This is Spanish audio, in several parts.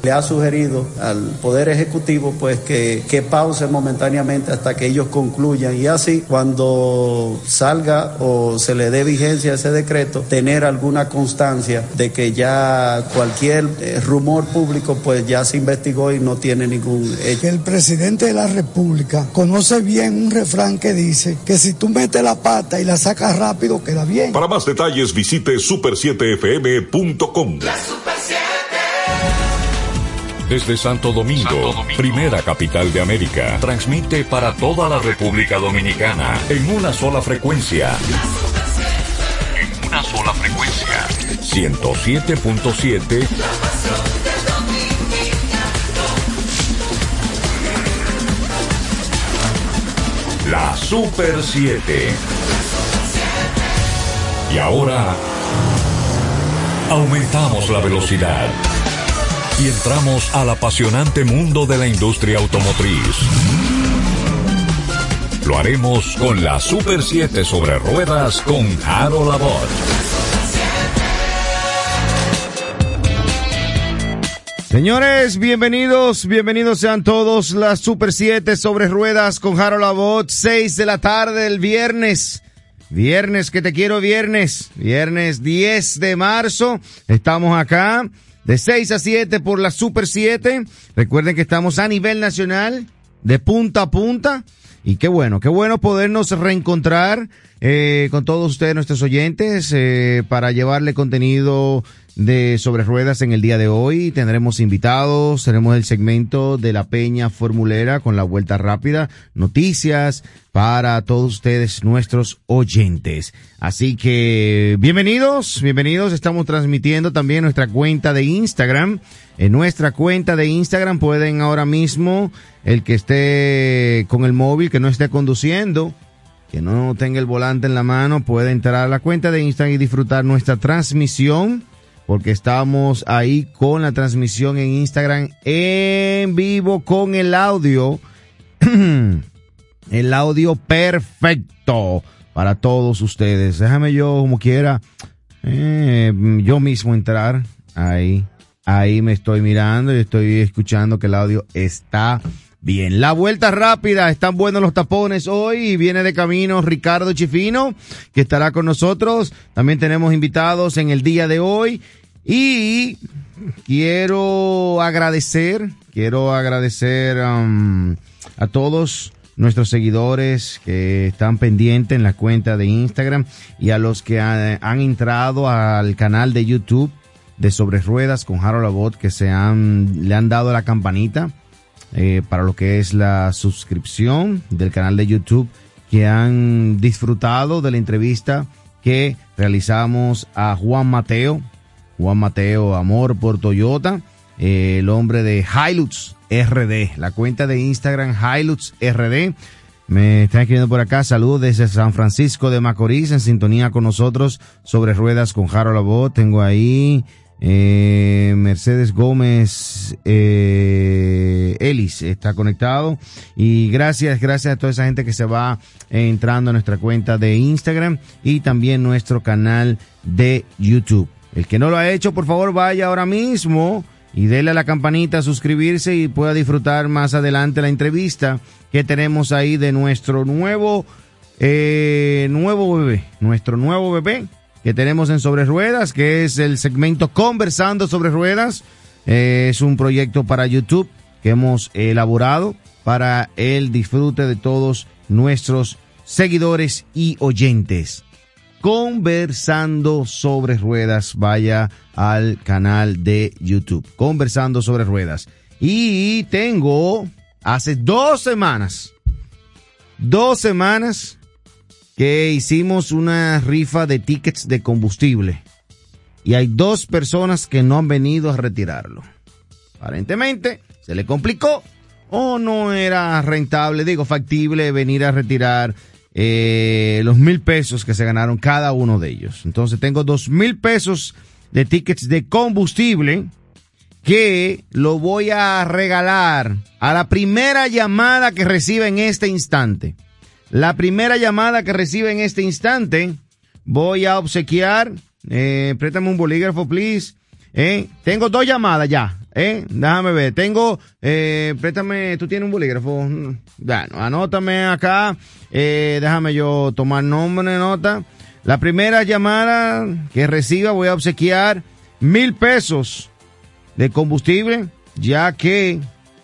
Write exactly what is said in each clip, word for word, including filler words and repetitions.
le ha sugerido al Poder Ejecutivo pues que, que pause momentáneamente hasta que ellos concluyan y así cuando salga o se le dé vigencia a ese decreto, tener alguna constancia de que ya cualquier eh, rumor público pues ya se investigó y no tiene ningún hecho. Que el presidente de la República conoce bien un refrán que dice que si tú metes la pata y la sacas rápido queda bien. Para más detalles visite super siete f m punto com. La Super siete. Desde Santo Domingo, Santo Domingo, primera capital de América, transmite para toda la República Dominicana en una sola frecuencia. En una sola frecuencia. ciento siete punto siete. La Super siete. Y ahora aumentamos la velocidad y entramos al apasionante mundo de la industria automotriz. Lo haremos con la Super siete sobre ruedas con Harold Abbott. Señores, bienvenidos, bienvenidos sean todos. La Super siete sobre ruedas con Harold Abbott, seis de la tarde del viernes. Viernes, que te quiero viernes. Viernes diez de marzo. Estamos acá de seis a siete por la Super siete. Recuerden que estamos a nivel nacional, de punta a punta. Y qué bueno, qué bueno podernos reencontrar eh, con todos ustedes, nuestros oyentes, eh, para llevarle contenido de Sobre Ruedas en el día de hoy. Tendremos invitados, tenemos el segmento de la Peña Formulera con la vuelta rápida, noticias para todos ustedes, nuestros oyentes. Así que bienvenidos, bienvenidos. Estamos transmitiendo también nuestra cuenta de Instagram. En nuestra cuenta de Instagram pueden ahora mismo, el que esté con el móvil, que no esté conduciendo, que no tenga el volante en la mano, puede entrar a la cuenta de Instagram y disfrutar nuestra transmisión, porque estamos ahí con la transmisión en Instagram en vivo con el audio, el audio perfecto para todos ustedes. Déjame yo como quiera, eh, yo mismo entrar ahí. Ahí me estoy mirando y estoy escuchando que el audio está bien. La vuelta rápida, están buenos los tapones hoy y viene de camino Ricardo Chifino, que estará con nosotros. También tenemos invitados en el día de hoy y quiero agradecer, quiero agradecer um, a todos nuestros seguidores que están pendientes en la cuenta de Instagram y a los que han, han entrado al canal de YouTube de Sobre Ruedas con Harold Abbott, que se han, le han dado la campanita eh, para lo que es la suscripción del canal de YouTube, que han disfrutado de la entrevista que realizamos a Juan Mateo, Juan Mateo Amor por Toyota, eh, el hombre de Hilux R D, la cuenta de Instagram Hilux R D. Me están escribiendo por acá, saludos desde San Francisco de Macorís, en sintonía con nosotros Sobre Ruedas con Harold Abbott. Tengo ahí eh, Mercedes Gómez eh, Ellis está conectado, y gracias, gracias a toda esa gente que se va entrando a nuestra cuenta de Instagram y también nuestro canal de YouTube. El que no lo ha hecho, por favor vaya ahora mismo y dele a la campanita, suscribirse, y pueda disfrutar más adelante la entrevista que tenemos ahí de nuestro nuevo, eh, nuevo bebé, nuestro nuevo bebé que tenemos en Sobre Ruedas, que es el segmento Conversando Sobre Ruedas. Eh, es un proyecto para YouTube que hemos elaborado para el disfrute de todos nuestros seguidores y oyentes. Conversando Sobre Ruedas, vaya al canal de YouTube, Conversando Sobre Ruedas. Y tengo hace dos semanas, dos semanas que hicimos una rifa de tickets de combustible y hay dos personas que no han venido a retirarlo. Aparentemente se le complicó o no era rentable, digo, factible venir a retirar eh, los mil pesos que se ganaron cada uno de ellos. Entonces tengo dos mil pesos de tickets de combustible que lo voy a regalar a la primera llamada que reciba en este instante. La primera llamada que reciba en este instante voy a obsequiar, eh, préstame un bolígrafo, please. Eh, tengo dos llamadas ya. Eh, déjame ver. Tengo, eh, préstame, tú tienes un bolígrafo. Bueno, anótame acá. Eh, déjame yo tomar nombre de nota. La primera llamada que reciba voy a obsequiar mil pesos de combustible, ya que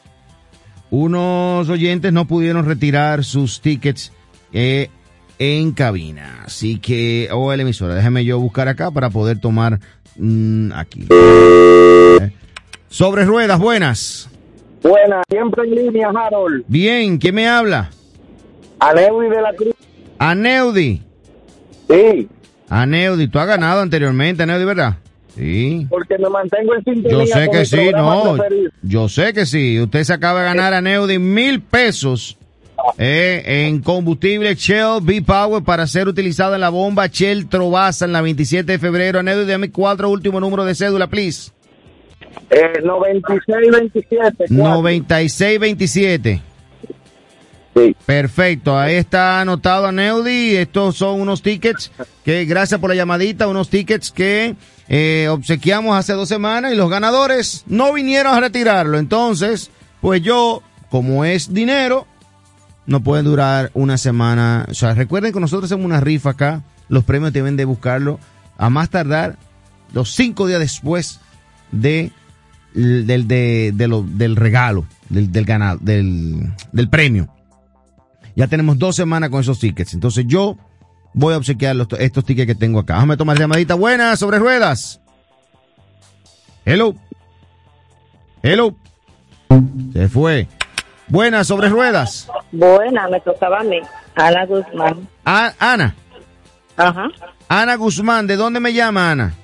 unos oyentes no pudieron retirar sus tickets eh, en cabina. Así que, o oh, la emisora, déjame yo buscar acá para poder tomar mmm, aquí. Eh. Sobre ruedas, buenas. Buenas, siempre en línea, Harold. Bien, ¿quién me habla? Aneudi de la Cruz. Aneudi. Sí. Aneudi, tú has ganado anteriormente, Aneudi, ¿verdad? Sí. Porque me mantengo en sintonía. Yo sé con que mi sí, programa no. preferido. Yo sé que sí. Usted se acaba de ganar, Aneudi, mil pesos eh, en combustible Shell V-Power para ser utilizado en la bomba Shell Trobasa en la veintisiete de febrero. Aneudi, dame cuatro últimos números de cédula, please. Eh, noventa y seis veintisiete. noventa y seis veintisiete. Sí. Perfecto, ahí está anotado, Aneudi. Estos son unos tickets que, gracias por la llamadita, unos tickets que eh, obsequiamos hace dos semanas y los ganadores no vinieron a retirarlo. Entonces, pues yo, como es dinero, no pueden durar una semana. O sea, recuerden que nosotros hacemos una rifa acá. Los premios deben de buscarlo a más tardar los cinco días después de del de, de lo, del regalo, del, del ganado, del, del premio. Ya tenemos dos semanas con esos tickets. Entonces yo voy a obsequiar los, estos tickets que tengo acá. Déjame tomar llamadita buena sobre ruedas. Hello. Hello. Se fue. Buenas sobre ruedas. Buena, me tocaba a mí. Ana Guzmán. Ah, Ana. Ajá. Ana Guzmán, ¿de dónde me llama, Ana?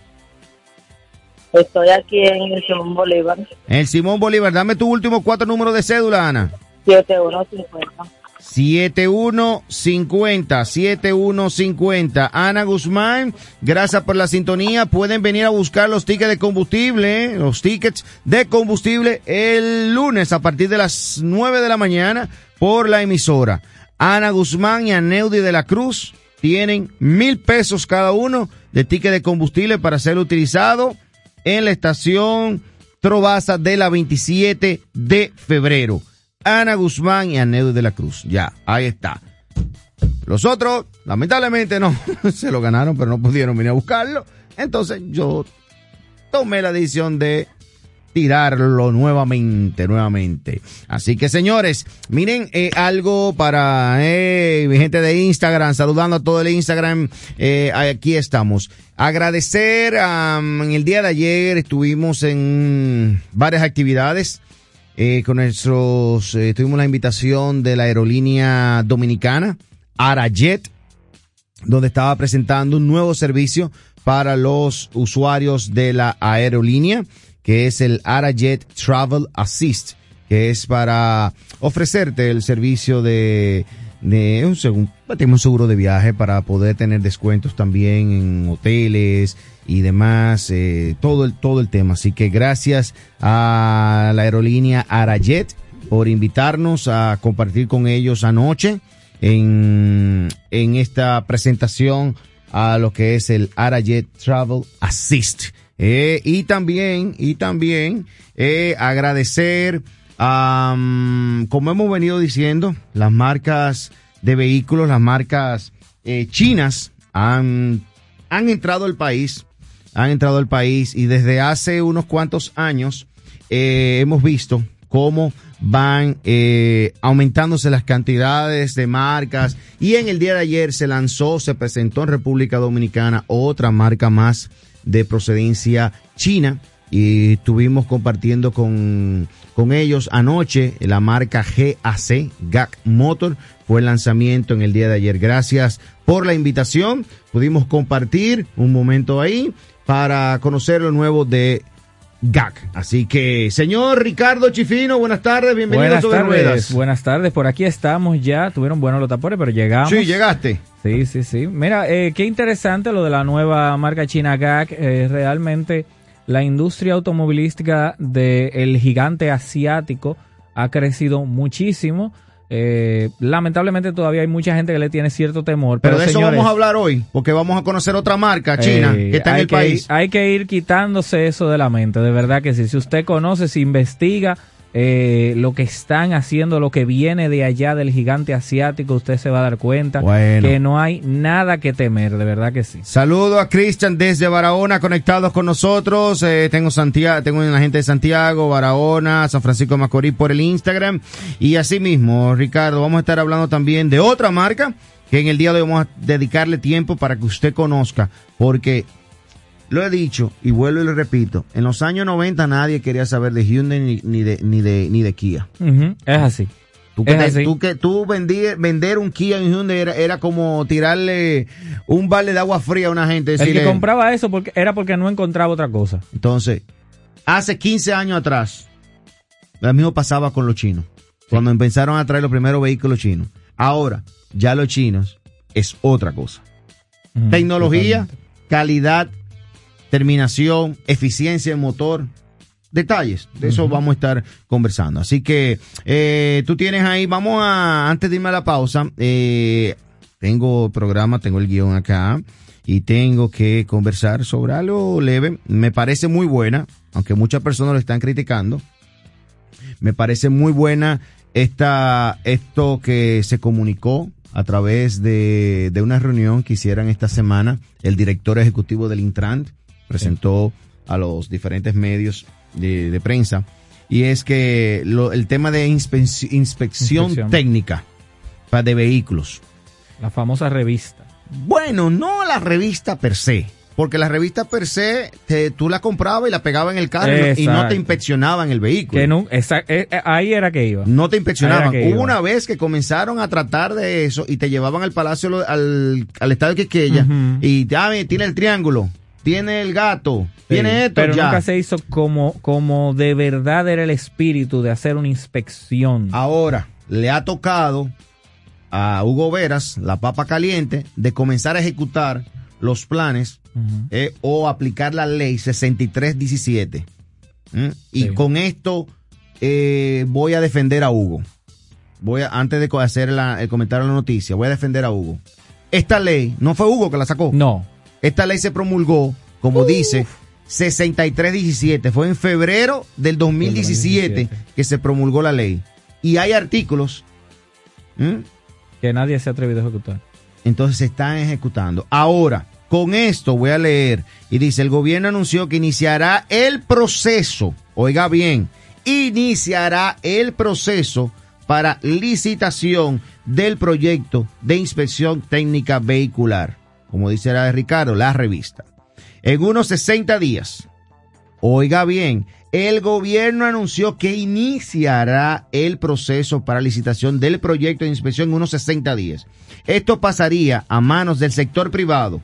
Estoy aquí en el Simón Bolívar. En el Simón Bolívar. Dame tu último cuatro números de cédula, Ana. siete uno cincuenta. siete uno cincuenta, siete uno cincuenta. Ana Guzmán, gracias por la sintonía. Pueden venir a buscar los tickets de combustible, ¿eh? Los tickets de combustible el lunes a partir de las nueve de la mañana por la emisora. Ana Guzmán y Aneudi de la Cruz tienen mil pesos cada uno de ticket de combustible para ser utilizado en la estación Trobasa de la veintisiete de febrero. Ana Guzmán y Aneudi de la Cruz. Ya, ahí está. Los otros, lamentablemente, no se lo ganaron, pero no pudieron venir a buscarlo. Entonces yo tomé la decisión de tirarlo nuevamente, nuevamente. Así que, señores, miren eh, algo para eh, mi gente de Instagram, saludando a todo el Instagram. Eh, aquí estamos. Agradecer, um, en el día de ayer estuvimos en varias actividades. Eh, con nuestros, eh, tuvimos la invitación de la aerolínea dominicana, Arajet, donde estaba presentando un nuevo servicio para los usuarios de la aerolínea, que es el Arajet Travel Assist, que es para ofrecerte el servicio de, de un, seguro, un seguro de viaje para poder tener descuentos también en hoteles y demás, eh, todo el, todo el tema. Así que gracias a la aerolínea Arajet por invitarnos a compartir con ellos anoche en, en esta presentación a lo que es el Arajet Travel Assist. Eh, y también, y también, eh, agradecer a, um, como hemos venido diciendo, las marcas de vehículos, las marcas eh, chinas han, han entrado al país. han entrado al país y desde hace unos cuantos años eh, hemos visto cómo van eh, aumentándose las cantidades de marcas, y en el día de ayer se lanzó, se presentó en República Dominicana otra marca más de procedencia china, y estuvimos compartiendo con, con ellos anoche. La marca G A C, G A C Motor, fue el lanzamiento en el día de ayer. Gracias por la invitación, pudimos compartir un momento ahí para conocer lo nuevo de G A C. Así que, señor Ricardo Chifino, buenas tardes, bienvenido a Sobre Ruedas. Buenas tardes, por aquí estamos ya, tuvieron buenos los tapones, pero llegamos. Sí, llegaste. Sí, sí, sí. Mira, eh, qué interesante lo de la nueva marca china G A C. Eh, realmente la industria automovilística del gigante asiático ha crecido muchísimo. Eh, lamentablemente todavía hay mucha gente que le tiene cierto temor. Pero, pero de eso señores, vamos a hablar hoy, porque vamos a conocer otra marca china eh, que está en hay el que país. Ir, hay que ir quitándose eso de la mente, de verdad que sí. Si usted conoce, si investiga eh, lo que están haciendo, lo que viene de allá del gigante asiático, usted se va a dar cuenta bueno. que no hay nada que temer, de verdad que sí. Saludo a Cristian desde Barahona, conectados con nosotros. Eh, tengo Santiago, tengo una gente de Santiago, Barahona, San Francisco de Macorís por el Instagram. Y así mismo, Ricardo, vamos a estar hablando también de otra marca que en el día de hoy vamos a dedicarle tiempo para que usted conozca, porque lo he dicho y vuelvo y lo repito, en los años noventa nadie quería saber de Hyundai ni, ni de ni de ni de Kia. Uh-huh, es así. Tú que, es te, así. tú que tú vendí, vender un Kia en Hyundai era, era como tirarle un balde de agua fría a una gente. El Decirle, que compraba eso porque era porque no encontraba otra cosa. Entonces, hace quince años atrás, lo mismo pasaba con los chinos. Cuando empezaron a traer los primeros vehículos chinos. Ahora, ya los chinos es otra cosa. Uh-huh, Tecnología, totalmente. calidad, terminación, eficiencia en motor, detalles. De eso uh-huh. vamos a estar conversando. Así que eh, tú tienes ahí, vamos a, antes de irme a la pausa, eh, tengo programa, tengo el guión acá y tengo que conversar sobre algo leve. Me parece muy buena, aunque muchas personas lo están criticando. Me parece muy buena esta, esto que se comunicó a través de, de una reunión que hicieron esta semana. El director ejecutivo del Intran presentó a los diferentes medios de, de prensa, y es que lo, el tema de inspec- inspección, inspección técnica para de vehículos. La famosa revista. Bueno, no la revista per se, porque la revista per se te, tú la comprabas y la pegabas en el carro y no te inspeccionaban el vehículo. Que no, esa, eh, ahí era que iba. No te inspeccionaban. Que Hubo iba. una vez que comenzaron a tratar de eso y te llevaban al palacio, al, al estadio Quisqueya, uh-huh. y ah, tiene el triángulo, tiene el gato, sí, tiene esto, pero ya. nunca se hizo como, como de verdad era el espíritu de hacer una inspección. Ahora, le ha tocado a Hugo Veras, la papa caliente, de comenzar a ejecutar los planes uh-huh. eh, o aplicar la ley sesenta y tres diecisiete. ¿Mm? Y sí. con esto eh, voy a defender a Hugo. Voy a, antes de hacer la, el comentario de la noticia, voy a defender a Hugo. Esta ley, no fue Hugo que la sacó. No. Esta ley se promulgó, como Uf. dice, sesenta y tres diecisiete. Fue en febrero del dos mil diecisiete que se promulgó la ley. Y hay artículos ¿Mm? que nadie se ha atrevido a ejecutar. Entonces se están ejecutando. Ahora, con esto voy a leer. Y dice, el gobierno anunció que iniciará el proceso, oiga bien, iniciará el proceso para licitación del proyecto de inspección técnica vehicular. Como dice la de Ricardo, la revista. En unos sesenta días, oiga bien, el gobierno anunció que iniciará el proceso para licitación del proyecto de inspección en unos sesenta días. Esto pasaría a manos del sector privado,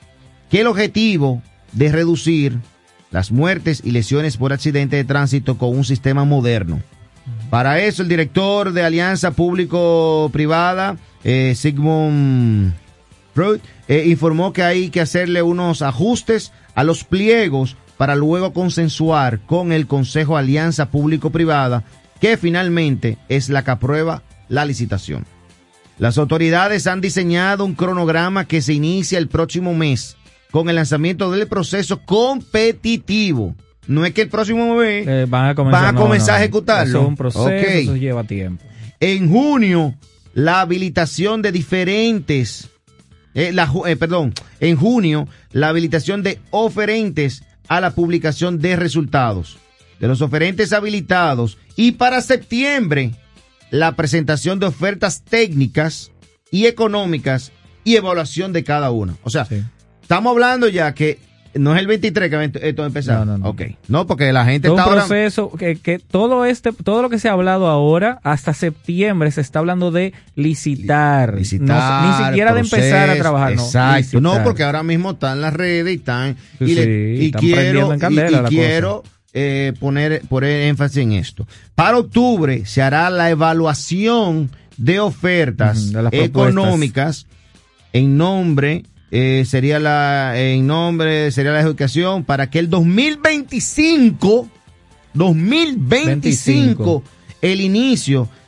que el objetivo de reducir las muertes y lesiones por accidente de tránsito con un sistema moderno. Para eso, el director de Alianza Público-Privada, eh, Sigmund Freud, eh, informó que hay que hacerle unos ajustes a los pliegos para luego consensuar con el Consejo Alianza Público-Privada, que finalmente es la que aprueba la licitación. Las autoridades han diseñado un cronograma que se inicia el próximo mes con el lanzamiento del proceso competitivo. No es que el próximo mes eh, van a comenzar, van a, no, comenzar no. a ejecutarlo. Eso es un proceso, okay. Eso lleva tiempo. En junio, la habilitación de diferentes, eh, la, eh, perdón, en junio, la habilitación de oferentes a la publicación de resultados de los oferentes habilitados, y para septiembre, la presentación de ofertas técnicas y económicas y evaluación de cada una. O sea, sí. estamos hablando ya que no es el veintitrés que esto va a empezar. No, no, no. Ok. No, porque la gente todo está un ahora... proceso que, que todo este, todo lo que se ha hablado ahora, hasta septiembre se está hablando de licitar. Licitar, no, ni siquiera proceso, de empezar a trabajar. Exacto. No, no, porque ahora mismo están las redes y están... Sí, y, le, sí, y están quiero, en candela y, y la quiero eh, poner, poner énfasis en esto. Para octubre se hará la evaluación de ofertas uh-huh, de económicas en nombre... Eh, sería la en nombre sería la ejecución para que el dos mil veinticinco dos mil veinticinco el inicio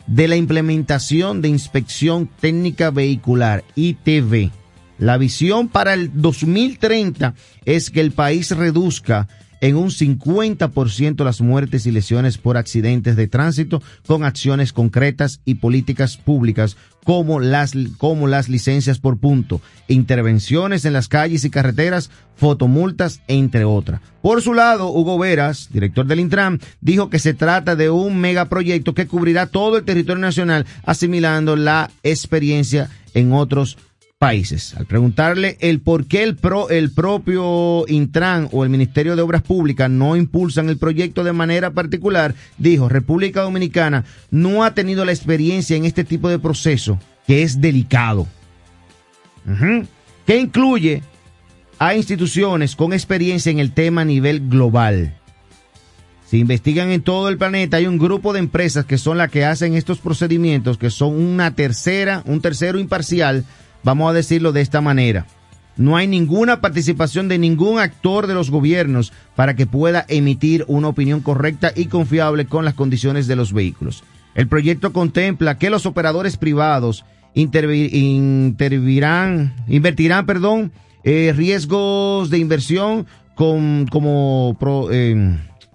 de la implementación de inspección técnica vehicular, I T V. La visión para el dos mil treinta es que el país reduzca en un cincuenta por ciento las muertes y lesiones por accidentes de tránsito con acciones concretas y políticas públicas como las, como las licencias por punto, intervenciones en las calles y carreteras, fotomultas, entre otras. Por su lado, Hugo Veras, director del Intran, dijo que se trata de un megaproyecto que cubrirá todo el territorio nacional, asimilando la experiencia en otros países. Al preguntarle el por qué el, pro, el propio Intran o el Ministerio de Obras Públicas no impulsan el proyecto de manera particular, dijo, República Dominicana no ha tenido la experiencia en este tipo de proceso, que es delicado, uh-huh. que incluye a instituciones con experiencia en el tema a nivel global. Se investigan en todo el planeta, hay un grupo de empresas que son las que hacen estos procedimientos, que son una tercera, un tercero imparcial. Vamos a decirlo de esta manera. No hay ninguna participación de ningún actor de los gobiernos para que pueda emitir una opinión correcta y confiable con las condiciones de los vehículos. El proyecto contempla que los operadores privados intervir, intervirán, invertirán, perdón, eh, riesgos de inversión con como pro, eh,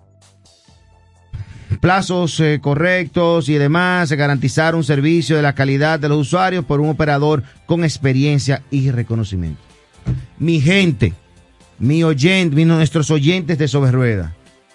plazos eh, correctos y demás, garantizar un servicio de la calidad de los usuarios por un operador con experiencia y reconocimiento. Mi gente, mi oyente, mi, nuestros oyentes de Sobre Ruedas,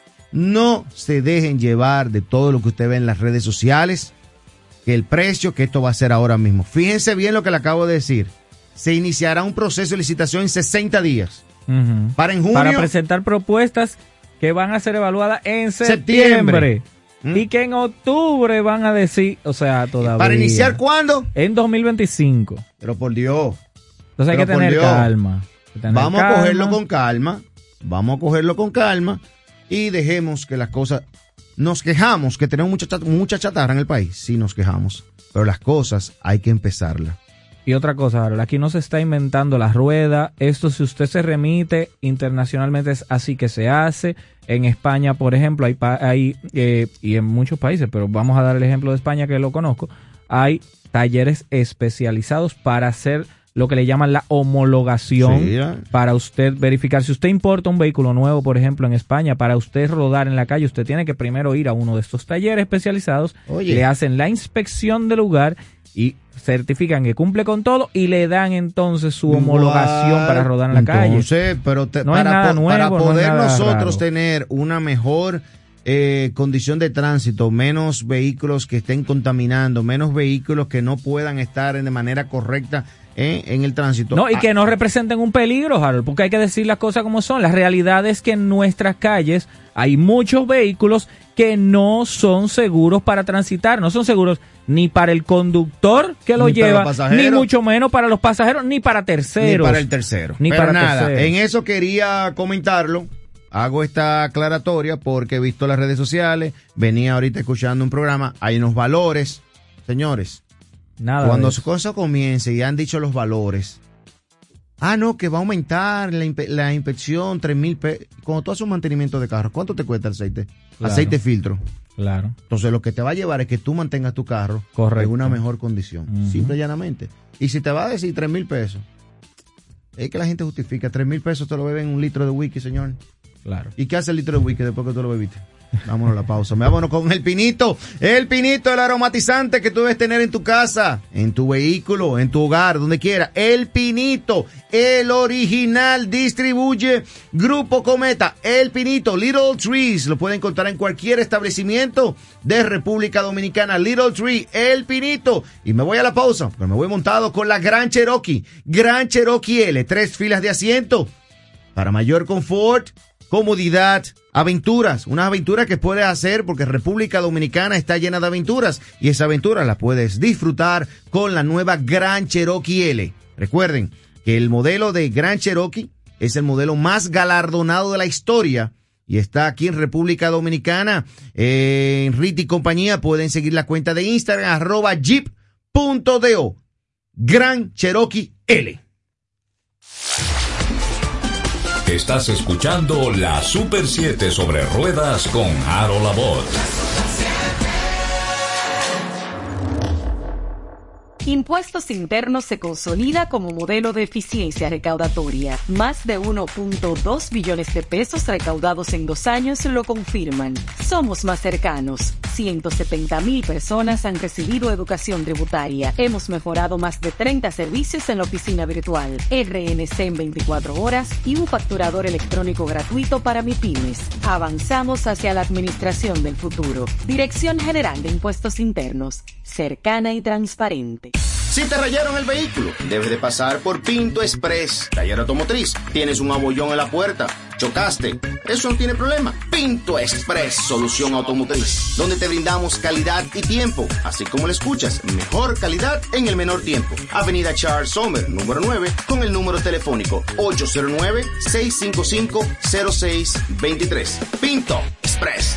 no se dejen llevar de todo lo que usted ve en las redes sociales, que el precio, que esto va a ser ahora mismo. Fíjense bien lo que le acabo de decir. Se iniciará un proceso de licitación en sesenta días. Uh-huh. Para en junio. Para presentar propuestas que van a ser evaluadas en septiembre. septiembre. ¿Mm? Y que en octubre van a decir, o sea, todavía. ¿Para iniciar cuándo? En dos mil veinticinco. Pero por Dios. Entonces hay que tener calma. Que tener Vamos calma. a cogerlo con calma. Vamos a cogerlo con calma. Y dejemos que las cosas. Nos quejamos que tenemos mucha, mucha chatarra en el país. Sí, nos quejamos. Pero las cosas hay que empezarlas. Y otra cosa, Harold, aquí no se está inventando la rueda. Esto, si usted se remite internacionalmente, es así que se hace. En España, por ejemplo, hay, hay eh, y en muchos países, pero vamos a dar el ejemplo de España que lo conozco, hay talleres especializados para hacer lo que le llaman la homologación, sí, para usted verificar. Si usted importa un vehículo nuevo, por ejemplo, en España, para usted rodar en la calle, usted tiene que primero ir a uno de estos talleres especializados, Oye. le hacen la inspección del lugar y certifican que cumple con todo y le dan entonces su homologación Igual, para rodar en la calle. Entonces, pero te, no para, nada po, nuevo, para poder no nosotros raro. tener una mejor eh, condición de tránsito, menos vehículos que estén contaminando, menos vehículos que no puedan estar de manera correcta eh, en el tránsito. No, y que no representen un peligro, Harold, porque hay que decir las cosas como son. La realidad es que en nuestras calles hay muchos vehículos que no son seguros para transitar, no son seguros ni para el conductor que lo ni lleva, ni mucho menos para los pasajeros, ni para terceros. Ni para el tercero. Ni Pero para nada, terceros. En eso quería comentarlo. Hago esta aclaratoria porque he visto las redes sociales, venía ahorita escuchando un programa, hay unos valores. Señores, Nada cuando su cosa comience y han dicho los valores, ah, no, que va a aumentar la, inspe- la inspección tres mil pesos. Cuando tú haces un mantenimiento de carro, ¿cuánto te cuesta el aceite? Claro. Aceite filtro. Claro. Entonces lo que te va a llevar es que tú mantengas tu carro Correcto. en una mejor condición, uh-huh. simple y llanamente. Y si te va a decir tres mil pesos, es que la gente justifica, tres mil pesos te lo beben un litro de whisky, señor. Claro. ¿Y qué hace el litro de whisky después que tú lo bebiste? Vámonos a la pausa. Vámonos con el pinito. El pinito, el aromatizante que tú debes tener en tu casa, en tu vehículo, en tu hogar, donde quiera. El pinito, el original, distribuye Grupo Cometa. El pinito, Little Trees. Lo pueden encontrar en cualquier establecimiento de República Dominicana. Little Tree, el pinito. Y me voy a la pausa, porque me voy montado con la Gran Cherokee. Gran Cherokee L, tres filas de asiento. Para mayor confort, comodidad, aventuras, unas aventuras que puedes hacer porque República Dominicana está llena de aventuras y esas aventuras las puedes disfrutar con la nueva Gran Cherokee L. Recuerden que el modelo de Gran Cherokee es el modelo más galardonado de la historia y está aquí en República Dominicana. Eh, en Rit y compañía pueden seguir la cuenta de Instagram arroba jeep punto do. Gran Cherokee L. Estás escuchando la Super siete sobre ruedas con Harold Abbott. Impuestos Internos se consolida como modelo de eficiencia recaudatoria. Más de uno punto dos billones de pesos recaudados en dos años lo confirman. Somos más cercanos. ciento setenta mil personas han recibido educación tributaria. Hemos mejorado más de treinta servicios en la oficina virtual, R N C en veinticuatro horas y un facturador electrónico gratuito para MIPYMES. Avanzamos hacia la administración del futuro. Dirección General de Impuestos Internos, cercana y transparente. Si te rayaron el vehículo, debes de pasar por Pinto Express, taller automotriz. Tienes un abollón en la puerta, chocaste, eso no tiene problema. Pinto Express, solución automotriz, donde te brindamos calidad y tiempo, así como lo escuchas, mejor calidad en el menor tiempo. Avenida Charles Sommer, número nueve, con el número telefónico ocho cero nueve, seis cinco cinco, cero seis dos tres. Pinto Express.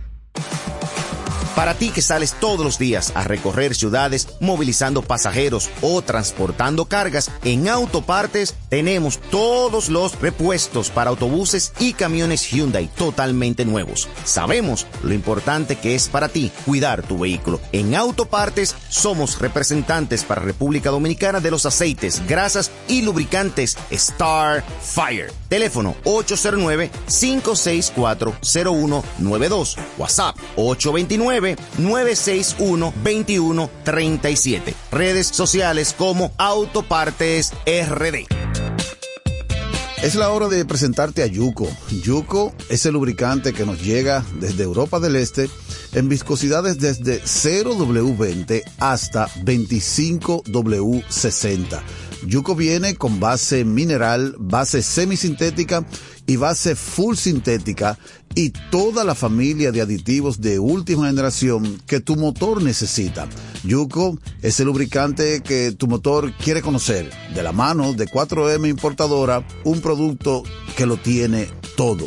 Para ti que sales todos los días a recorrer ciudades movilizando pasajeros o transportando cargas, en Autopartes tenemos todos los repuestos para autobuses y camiones Hyundai totalmente nuevos. Sabemos lo importante que es para ti cuidar tu vehículo. En Autopartes somos representantes para República Dominicana de los aceites, grasas y lubricantes Star Fire. Teléfono ocho cero nueve, cinco seis cuatro, cero uno nueve dos. WhatsApp ocho dos nueve, nueve seis uno, dos uno tres siete. Redes sociales como Autopartes R D. Es la hora de presentarte a Yuko. Yuko es el lubricante que nos llega desde Europa del Este en viscosidades desde cero doble veinte hasta veinticinco doble sesenta. Yuko viene con base mineral, base semisintética y base full sintética y toda la familia de aditivos de última generación que tu motor necesita. Yuko es el lubricante que tu motor quiere conocer. De la mano de cuatro eme Importadora, un producto que lo tiene todo.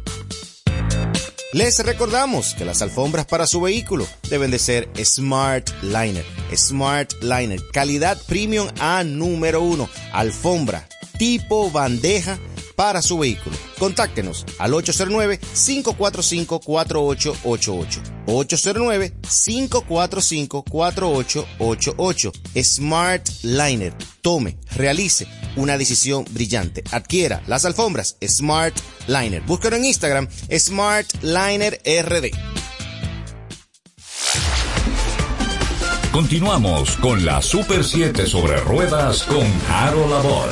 Les recordamos que las alfombras para su vehículo deben de ser Smart Liner. Smart Liner, calidad premium a número uno. Alfombra tipo bandeja para su vehículo. Contáctenos al ocho cero nueve, cinco cuatro cinco, cuatro ocho ocho ocho. ocho cero nueve, cinco cuatro cinco, cuatro ocho ocho ocho. Smart Liner. Tome, realice una decisión brillante. Adquiera las alfombras Smart Liner. Búsquelo en Instagram, Smart Liner R D. Continuamos con la Super siete sobre ruedas con Harold Abbott.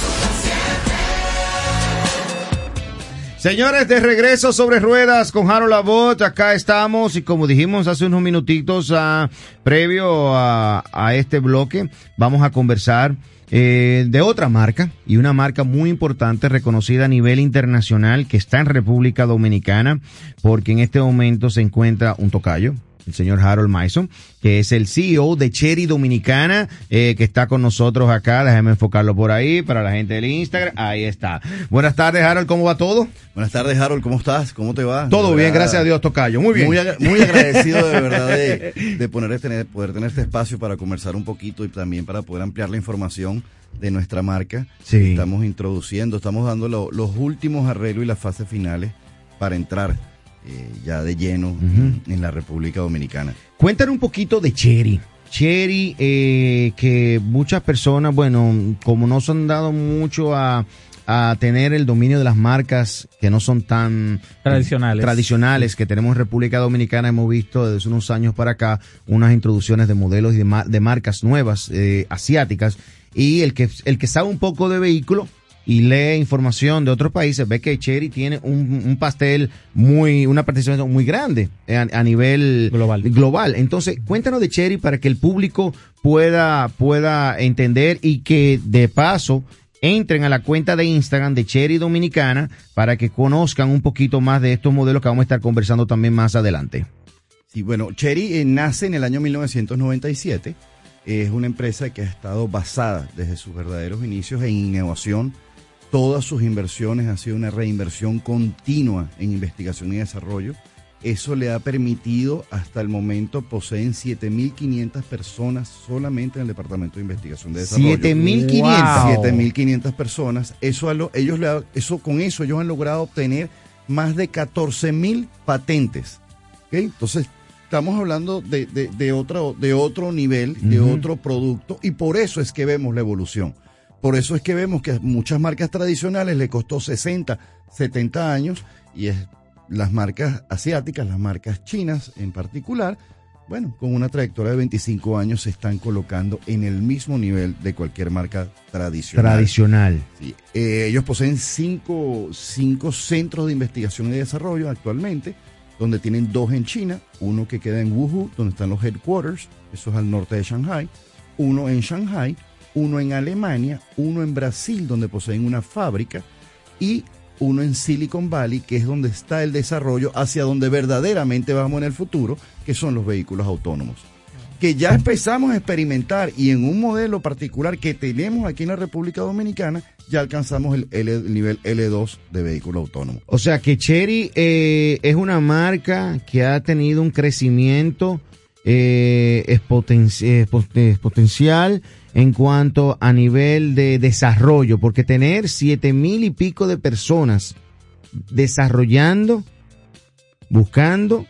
Señores, de regreso sobre ruedas con Harold Abbott, acá estamos y como dijimos hace unos minutitos uh, previo a, a este bloque, vamos a conversar eh, de otra marca y una marca muy importante reconocida a nivel internacional que está en República Dominicana porque en este momento se encuentra un tocayo, el señor Harold Mason, que es el C E O de Chery Dominicana, eh, que está con nosotros acá. Déjame enfocarlo por ahí para la gente del Instagram. Ahí está. Buenas tardes, Harold, ¿cómo va todo? Buenas tardes, Harold, ¿cómo estás? ¿Cómo te va? Todo bien, gracias a Dios, tocayo. Muy bien. Muy, ag- muy agradecido de verdad de, de poner este, poder tener este espacio para conversar un poquito y también para poder ampliar la información de nuestra marca. Sí. Estamos introduciendo, estamos dando lo, los últimos arreglos y las fases finales para entrar Eh, ya de lleno uh-huh. en la República Dominicana. Cuéntanos un poquito de Chery. Chery, eh, que muchas personas, bueno, como no se han dado mucho a, a tener el dominio de las marcas que no son tan tradicionales, eh, tradicionales que tenemos en República Dominicana, hemos visto desde unos años para acá unas introducciones de modelos y de, mar- de marcas nuevas, eh, asiáticas, y el que, el que sabe un poco de vehículo y lee información de otros países, ve que Chery tiene un, un pastel muy, una participación muy grande a, a nivel global. global. Entonces, cuéntanos de Chery para que el público pueda, pueda entender y que de paso entren a la cuenta de Instagram de Chery Dominicana para que conozcan un poquito más de estos modelos que vamos a estar conversando también más adelante. Sí, bueno, Chery eh, nace en el año mil novecientos noventa y siete. Es una empresa que ha estado basada desde sus verdaderos inicios en innovación. Todas sus inversiones han sido una reinversión continua en investigación y desarrollo. Eso le ha permitido, hasta el momento, poseen siete mil quinientas personas solamente en el Departamento de Investigación y Desarrollo. siete mil quinientas. Wow. siete mil quinientas personas. Eso, lo, ellos le ha, eso, con eso ellos han logrado obtener más de catorce mil patentes. ¿Okay? Entonces, estamos hablando de, de, de, otro, de otro nivel, de Ujú. otro producto, y por eso es que vemos la evolución. Por eso es que vemos que a muchas marcas tradicionales le costó sesenta, setenta años, y es las marcas asiáticas, las marcas chinas en particular, bueno, con una trayectoria de veinticinco años se están colocando en el mismo nivel de cualquier marca tradicional. Tradicional. Sí. Eh, ellos poseen cinco, cinco centros de investigación y desarrollo actualmente, donde tienen dos en China, uno que queda en Wuhu, donde están los headquarters, eso es al norte de Shanghai, uno en Shanghai, uno en Alemania, uno en Brasil, donde poseen una fábrica, y uno en Silicon Valley, que es donde está el desarrollo hacia donde verdaderamente vamos en el futuro, que son los vehículos autónomos. Que ya empezamos a experimentar, y en un modelo particular que tenemos aquí en la República Dominicana, ya alcanzamos el, L, el nivel L dos de vehículo autónomo. O sea que Chery eh, es una marca que ha tenido un crecimiento eh, expoten- exponencial en cuanto a nivel de desarrollo, porque tener siete mil y pico de personas desarrollando, buscando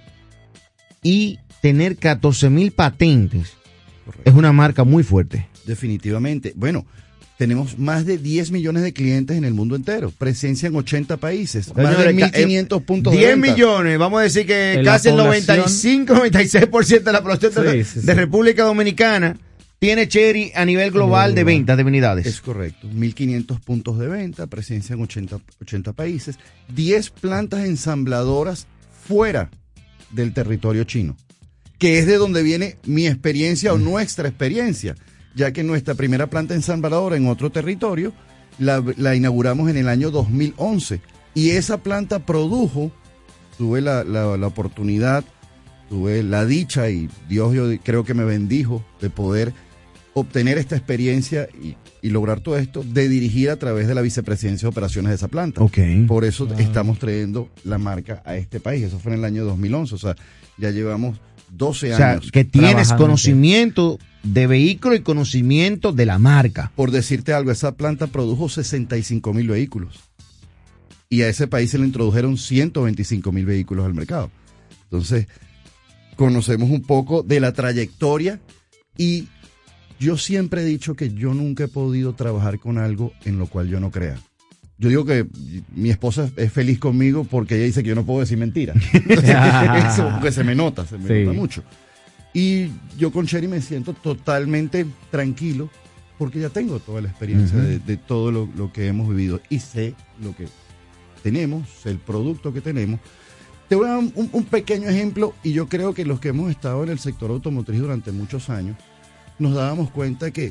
y tener catorce mil patentes. Correcto. Es una marca muy fuerte. Definitivamente. Bueno, tenemos más de diez millones de clientes en el mundo entero, presencia en ochenta países, Señores, más de mil quinientos puntos de diez venta. millones, vamos a decir que En casi la el población- noventa y cinco, noventa y seis por ciento de la población Sí, de, sí, sí. de República Dominicana tiene Chery a nivel global de ventas de unidades. Es correcto, mil quinientos puntos de venta, presencia en ochenta, ochenta países, diez plantas ensambladoras fuera del territorio chino, que es de donde viene mi experiencia o nuestra experiencia, ya que nuestra primera planta ensambladora en otro territorio la, la inauguramos en el año dos mil once, y esa planta produjo, tuve la, la, la oportunidad, tuve la dicha, y Dios yo creo que me bendijo de poder obtener esta experiencia y, y lograr todo esto, de dirigir a través de la vicepresidencia de operaciones de esa planta. Ok. Por eso Wow. estamos trayendo la marca a este país. Eso fue en el año dos mil once, o sea, ya llevamos doce O sea, años. que tienes trabajando. conocimiento de vehículo y conocimiento de la marca. Por decirte algo, esa planta produjo sesenta y cinco mil vehículos. Y a ese país se le introdujeron ciento veinticinco mil vehículos al mercado. Entonces, conocemos un poco de la trayectoria, y yo siempre he dicho que yo nunca he podido trabajar con algo en lo cual yo no crea. Yo digo que mi esposa es feliz conmigo porque ella dice que yo no puedo decir mentiras. Eso, porque se me nota, se me Sí. nota mucho. Y yo con Chery me siento totalmente tranquilo porque ya tengo toda la experiencia Ujú. de, de todo lo, lo que hemos vivido, y sé lo que tenemos, sé el producto que tenemos. Te voy a dar un, un pequeño ejemplo, y yo creo que los que hemos estado en el sector automotriz durante muchos años nos dábamos cuenta que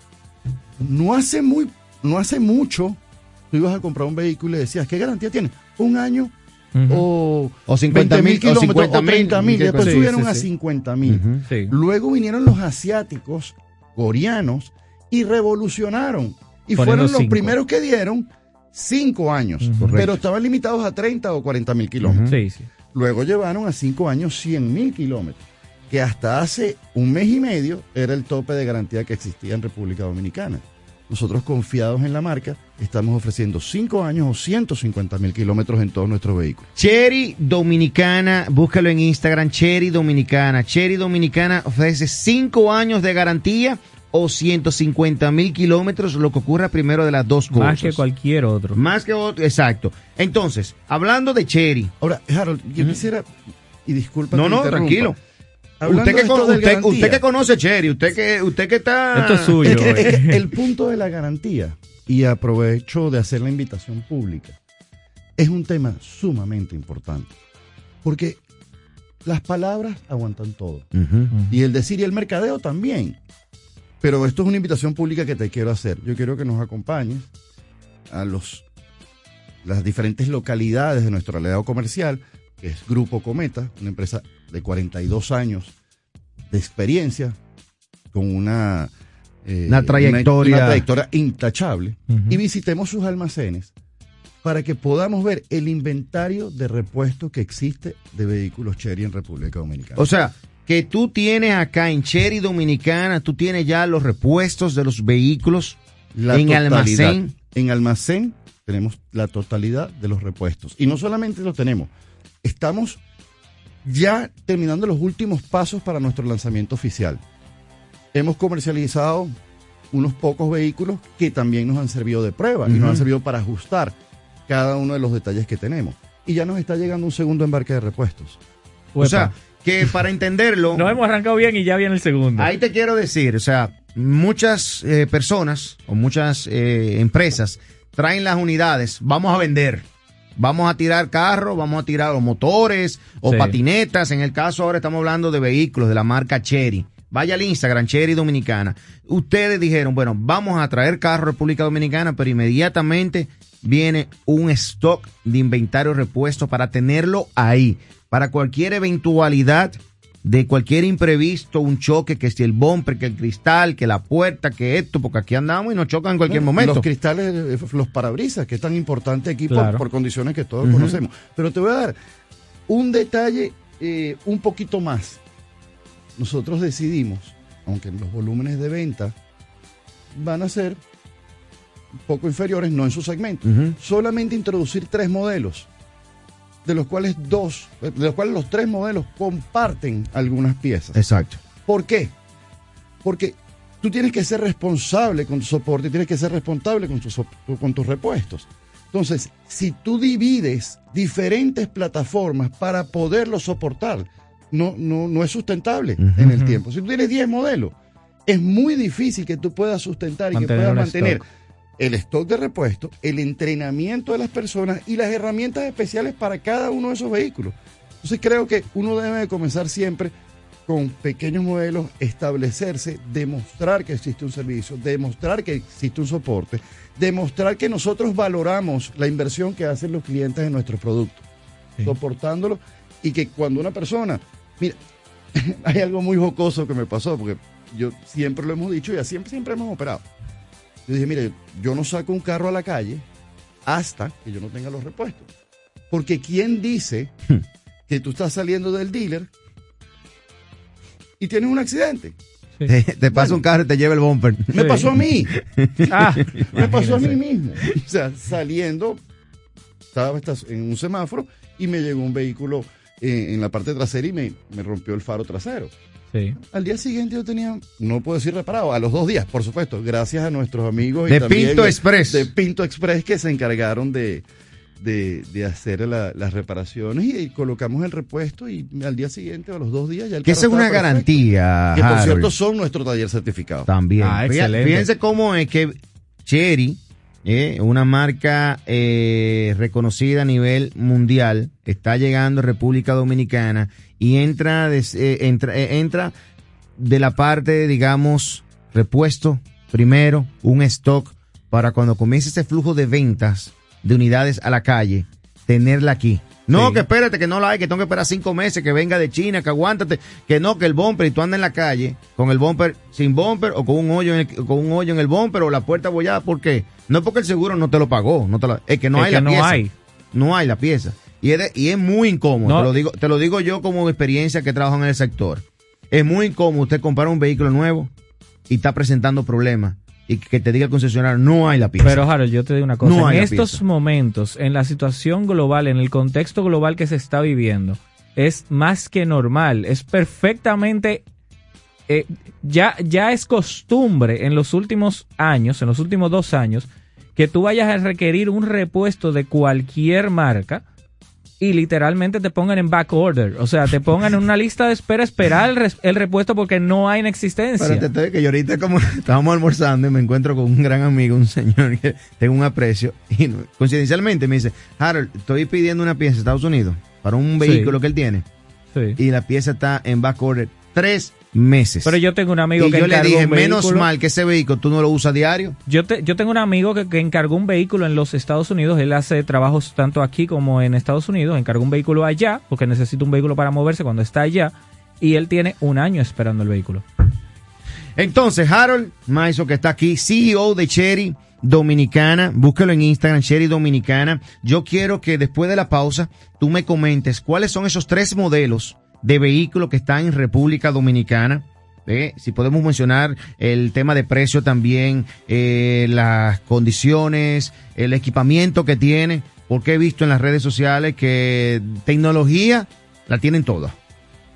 no hace muy, no hace mucho tú ibas a comprar un vehículo y decías, ¿qué garantía tiene? Un año Ujú. o, O cincuenta mil, veinte mil o kilómetros, cincuenta o mil, treinta mil, sí, después sí, subieron sí, a sí. cincuenta mil. Ujú. Sí. Luego vinieron los asiáticos, coreanos, y revolucionaron. Y Poniendo fueron los cinco. primeros que dieron cinco años, Ujú. pero estaban limitados a treinta o cuarenta mil kilómetros. Sí, sí. Luego llevaron a cinco años cien mil kilómetros, que hasta hace un mes y medio era el tope de garantía que existía en República Dominicana. Nosotros, confiados en la marca, estamos ofreciendo cinco años o ciento cincuenta mil kilómetros en todos nuestros vehículos. Chery Dominicana, búscalo en Instagram, Chery Dominicana. Chery Dominicana ofrece cinco años de garantía o ciento cincuenta mil kilómetros, lo que ocurra primero de las dos cosas. Más que cualquier otro. Más que otro, exacto. Entonces, hablando de Chery. Ahora, Harold, yo quisiera, y disculpa No, que no, interrumpa. tranquilo. Hablando Usted que, de con- esto de usted, garantía, usted que conoce Chery, usted que, usted que está... Esto es suyo. es que- es eh. que el punto de la garantía, y aprovecho de hacer la invitación pública, es un tema sumamente importante. Porque las palabras aguantan todo. Ujú. Y el decir y el mercadeo también. Pero esto es una invitación pública que te quiero hacer. Yo quiero que nos acompañes a los las diferentes localidades de nuestro aliado comercial, que es Grupo Cometa, una empresa de cuarenta y dos años de experiencia, con una, eh, Una trayectoria. una, una trayectoria intachable, Ujú. y visitemos sus almacenes para que podamos ver el inventario de repuestos que existe de vehículos Chery en República Dominicana. O sea, que tú tienes acá en Chery Dominicana, tú tienes ya los repuestos de los vehículos La en totalidad. almacén. En almacén tenemos la totalidad de los repuestos. Y no solamente los tenemos, estamos ya terminando los últimos pasos para nuestro lanzamiento oficial. Hemos comercializado unos pocos vehículos que también nos han servido de prueba uh-huh. y nos han servido para ajustar cada uno de los detalles que tenemos. Y ya nos está llegando un segundo embarque de repuestos. Uepa. O sea, que para entenderlo... Nos hemos arrancado bien y ya viene el segundo. Ahí te quiero decir, o sea, muchas eh, personas o muchas eh, empresas traen las unidades, vamos a vender, vamos a tirar carros, vamos a tirar o motores o sí. patinetas. En el caso ahora estamos hablando de vehículos de la marca Chery. Vaya al Instagram, Chery Dominicana. Ustedes dijeron, bueno, vamos a traer carros a República Dominicana, pero inmediatamente viene un stock de inventario repuesto para tenerlo ahí, para cualquier eventualidad de cualquier imprevisto, un choque, que si el bumper, que el cristal, que la puerta, que esto, porque aquí andamos y nos chocan en cualquier bueno, momento. Los cristales, los parabrisas, que es tan importante aquí claro. por, por condiciones que todos uh-huh. conocemos. Pero te voy a dar un detalle eh, un poquito más. Nosotros decidimos, aunque los volúmenes de venta van a ser un poco inferiores, no en su segmento, uh-huh. solamente introducir tres modelos, de los cuales dos, de los cuales los tres modelos comparten algunas piezas. Exacto. ¿Por qué? Porque tú tienes que ser responsable con tu soporte, tienes que ser responsable con tus, con tus repuestos. Entonces, si tú divides diferentes plataformas para poderlo soportar, no, no, no es sustentable uh-huh. en el tiempo. Si tú tienes diez modelos, es muy difícil que tú puedas sustentar y mantener que puedas mantener stock. el stock de repuesto, el entrenamiento de las personas y las herramientas especiales para cada uno de esos vehículos. Entonces creo que uno debe de comenzar siempre con pequeños modelos, establecerse, demostrar que existe un servicio, demostrar que existe un soporte, demostrar que nosotros valoramos la inversión que hacen los clientes en nuestros productos, sí. soportándolo, y que cuando una persona, mira, hay algo muy jocoso que me pasó, porque yo siempre lo hemos dicho y así siempre, siempre hemos operado. Yo dije, mire, yo no saco un carro a la calle hasta que yo no tenga los repuestos. Porque ¿quién dice que tú estás saliendo del dealer y tienes un accidente? Sí. Te, te pasa bueno, un carro y te lleva el bumper. Me sí. pasó a mí. ah, me pasó a mí mismo. O sea, saliendo, estaba en un semáforo y me llegó un vehículo eh, en la parte trasera y me, me rompió el faro trasero. Sí. Al día siguiente yo tenía, no puedo decir reparado, a los dos días, por supuesto, gracias a nuestros amigos de y también Pinto de, Express. de Pinto Express, que se encargaron de, de, de hacer la, las reparaciones y, y colocamos el repuesto y al día siguiente o a los dos días ya el que carro esa es una perfecto. Garantía, que por Harold. cierto son nuestro taller certificado también. Ah, excelente. Fíjense cómo es que Chery, eh, una marca eh, reconocida a nivel mundial, está llegando a República Dominicana y entra de, eh, entra, eh, entra de la parte, digamos, repuesto, primero, un stock, para cuando comience ese flujo de ventas de unidades a la calle, tenerla aquí. No, sí. que espérate, que no la hay, que tengo que esperar cinco meses, que venga de China, que aguántate, que no, que el bumper, y tú andas en la calle con el bumper sin bumper o con un hoyo en el, con un hoyo en el bumper o la puerta abollada. ¿Por qué? No es porque el seguro no te lo pagó, no te lo, es que no es hay que la no pieza. Hay. No hay la pieza. Y es, de, y es muy incómodo, no. te lo digo, te lo digo yo como experiencia que trabajo en el sector. Es muy incómodo usted comprar un vehículo nuevo y está presentando problemas y que te diga el concesionario, no hay la pieza. Pero Harold, yo te digo una cosa, no en estos pieza. momentos, en la situación global, en el contexto global que se está viviendo, es más que normal, es perfectamente, eh, ya, ya es costumbre en los últimos años, en los últimos dos años, que tú vayas a requerir un repuesto de cualquier marca y literalmente te pongan en back order, o sea, te pongan en una lista de espera, esperar el, res, el repuesto porque no hay en existencia. Pero te estoy que yo ahorita como estábamos almorzando y me encuentro con un gran amigo, un señor que tengo un aprecio, y coincidencialmente me dice, Harold, estoy pidiendo una pieza en Estados Unidos para un vehículo sí. que él tiene, sí. y la pieza está en back order tres meses. Pero yo tengo un amigo y que yo le dije, menos vehículo, mal que ese vehículo tú no lo usas diario. Yo te, yo tengo un amigo que, que encargó un vehículo en los Estados Unidos. Él hace trabajos tanto aquí como en Estados Unidos. Encargó un vehículo allá porque necesita un vehículo para moverse cuando está allá. Y él tiene un año esperando el vehículo. Entonces, Harold Maiso, que está aquí, C E O de Chery Dominicana, búsquelo en Instagram, Chery Dominicana. Yo quiero que después de la pausa tú me comentes cuáles son esos tres modelos de vehículos que están en República Dominicana. ¿Eh? Si podemos mencionar el tema de precio también, eh, las condiciones, el equipamiento que tiene, porque he visto en las redes sociales que tecnología la tienen toda.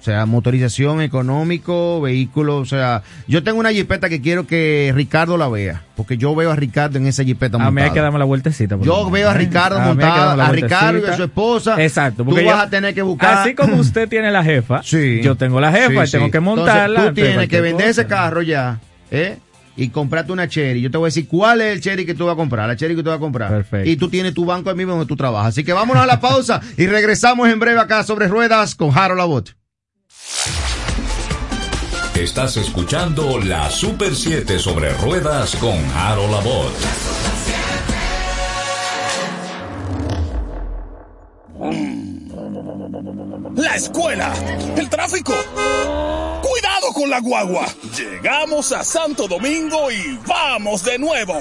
sea, motorización, económico, vehículo, o sea, yo tengo una jipeta que quiero que Ricardo la vea, porque yo veo a Ricardo en esa jipeta montada. A mí hay que darme la vueltecita. Yo favor, veo a Ricardo a montada, a Ricardo y a su esposa. Exacto. Tú yo, vas a tener que buscar. Así como usted tiene la jefa, sí, yo tengo la jefa sí, y tengo sí. que montarla. Entonces, tú tienes que vender cosa. ese carro ya, ¿eh? Y comprarte una Chery. Yo te voy a decir cuál es el Chery que tú vas a comprar, la Chery que tú vas a comprar. Perfecto. Y tú tienes tu banco ahí mismo donde tú trabajas. Así que vámonos a la pausa y regresamos en breve acá sobre ruedas con Harold Abbott. Estás escuchando la Super siete sobre ruedas con Harold Abbott. La escuela, el tráfico. Cuidado con la guagua. Llegamos a Santo Domingo y vamos de nuevo.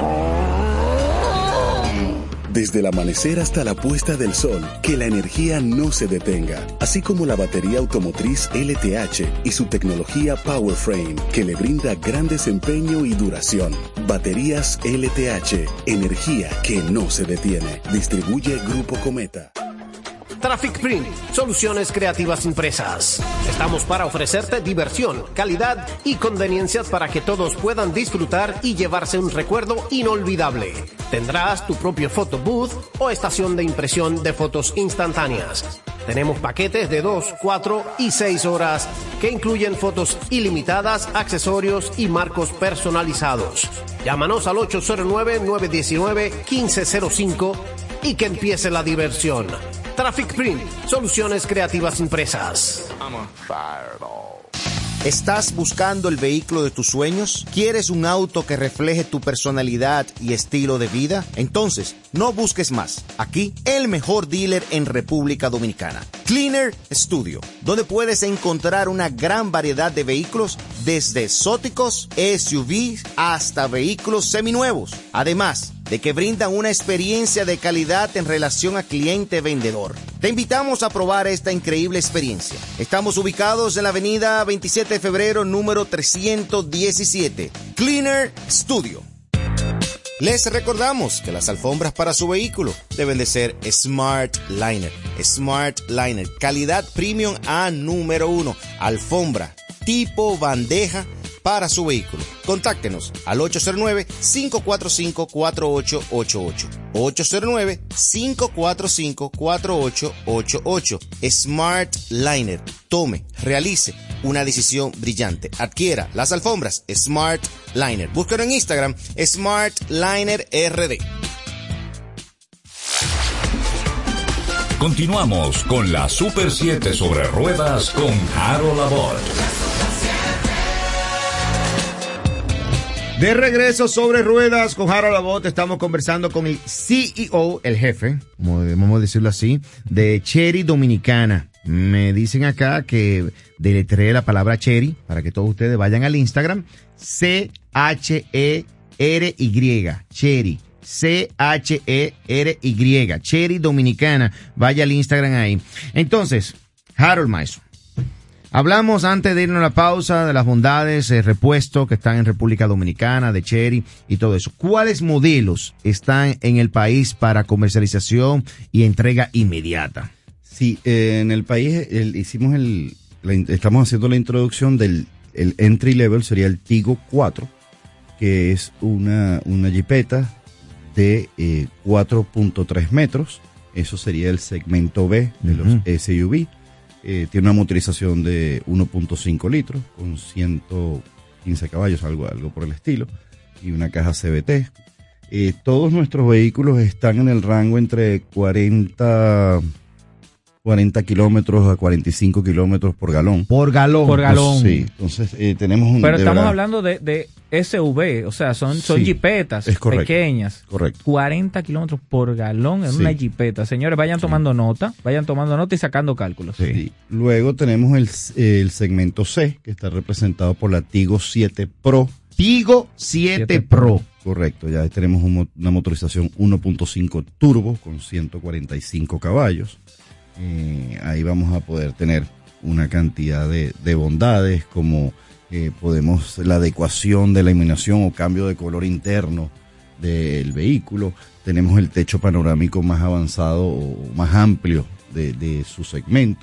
Desde el amanecer hasta la puesta del sol, que la energía no se detenga, así como la batería automotriz L T H y su tecnología PowerFrame, que le brinda gran desempeño y duración. Baterías L T H, energía que no se detiene. Distribuye Grupo Cometa. Traffic Print, soluciones creativas impresas. Estamos para ofrecerte diversión, calidad y conveniencias para que todos puedan disfrutar y llevarse un recuerdo inolvidable. Tendrás tu propio photo booth o estación de impresión de fotos instantáneas. Tenemos paquetes de dos, cuatro y seis horas que incluyen fotos ilimitadas, accesorios y marcos personalizados. Llámanos al ocho cero nueve, nueve uno nueve, uno cinco cero cinco y que empiece la diversión. Traffic Print, soluciones creativas impresas. ¿Estás buscando el vehículo de tus sueños? ¿Quieres un auto que refleje tu personalidad y estilo de vida? Entonces, no busques más. Aquí, el mejor dealer en República Dominicana. Cleaner Studio, donde puedes encontrar una gran variedad de vehículos, desde exóticos, S U Vs, hasta vehículos seminuevos. Además de que brindan una experiencia de calidad en relación a cliente-vendedor. Te invitamos a probar esta increíble experiencia. Estamos ubicados en la avenida veintisiete de febrero, número trescientos diecisiete. Cleaner Studio. Les recordamos que las alfombras para su vehículo deben de ser Smart Liner. Smart Liner, calidad premium a número uno. Alfombra tipo bandeja para su vehículo. Contáctenos al ocho cero nueve, cinco cuatro cinco, cuatro ocho ocho ocho. ocho cero nueve, cinco cuatro cinco, cuatro ocho ocho ocho. Smart Liner. Tome, realice una decisión brillante. Adquiera las alfombras Smart Liner. Búsquelo en Instagram, Smart Liner R D. Continuamos con la Super siete sobre ruedas con Harold Abbott. De regreso sobre ruedas con Harold Abbott, estamos conversando con el C E O, el jefe, como debemos decirlo así, de Chery Dominicana. Me dicen acá que deletree la palabra Chery para que todos ustedes vayan al Instagram. C H E R Y, Chery. C H E R Y, Chery Dominicana. Vaya al Instagram ahí. Entonces, Harold Maestro. Hablamos antes de irnos a la pausa de las bondades, eh, repuestos que están en República Dominicana, de Chery y todo eso. ¿Cuáles modelos están en el país para comercialización y entrega inmediata? Sí, eh, en el país el, hicimos el, la, estamos haciendo la introducción del el entry level, sería el Tigo cuatro, que es una, una jipeta de eh, cuatro punto tres metros. Eso sería el segmento B de los uh-huh. S U V. Eh, tiene una motorización de uno punto cinco litros con ciento quince caballos, algo, algo por el estilo, y una caja C V T. Eh, todos nuestros vehículos están en el rango entre cuarenta kilómetros a cuarenta y cinco kilómetros por galón. Por galón. Por galón. Sí, entonces eh, tenemos un... Pero estamos verdad, hablando de, de S U V, o sea, son, son sí, jipetas pequeñas. Correcto. cuarenta kilómetros por galón en sí. Una jipeta. Señores, vayan tomando sí. nota, vayan tomando nota y sacando cálculos. Sí. Sí. Luego tenemos el, el segmento C, que está representado por la Tigo siete Pro. Tigo siete Pro. Correcto, ya tenemos un, una motorización uno punto cinco turbo con ciento cuarenta y cinco caballos. Eh, ahí vamos a poder tener una cantidad de, de bondades como eh, podemos la adecuación de la iluminación o cambio de color interno del vehículo. Tenemos el techo panorámico más avanzado o más amplio de, de su segmento.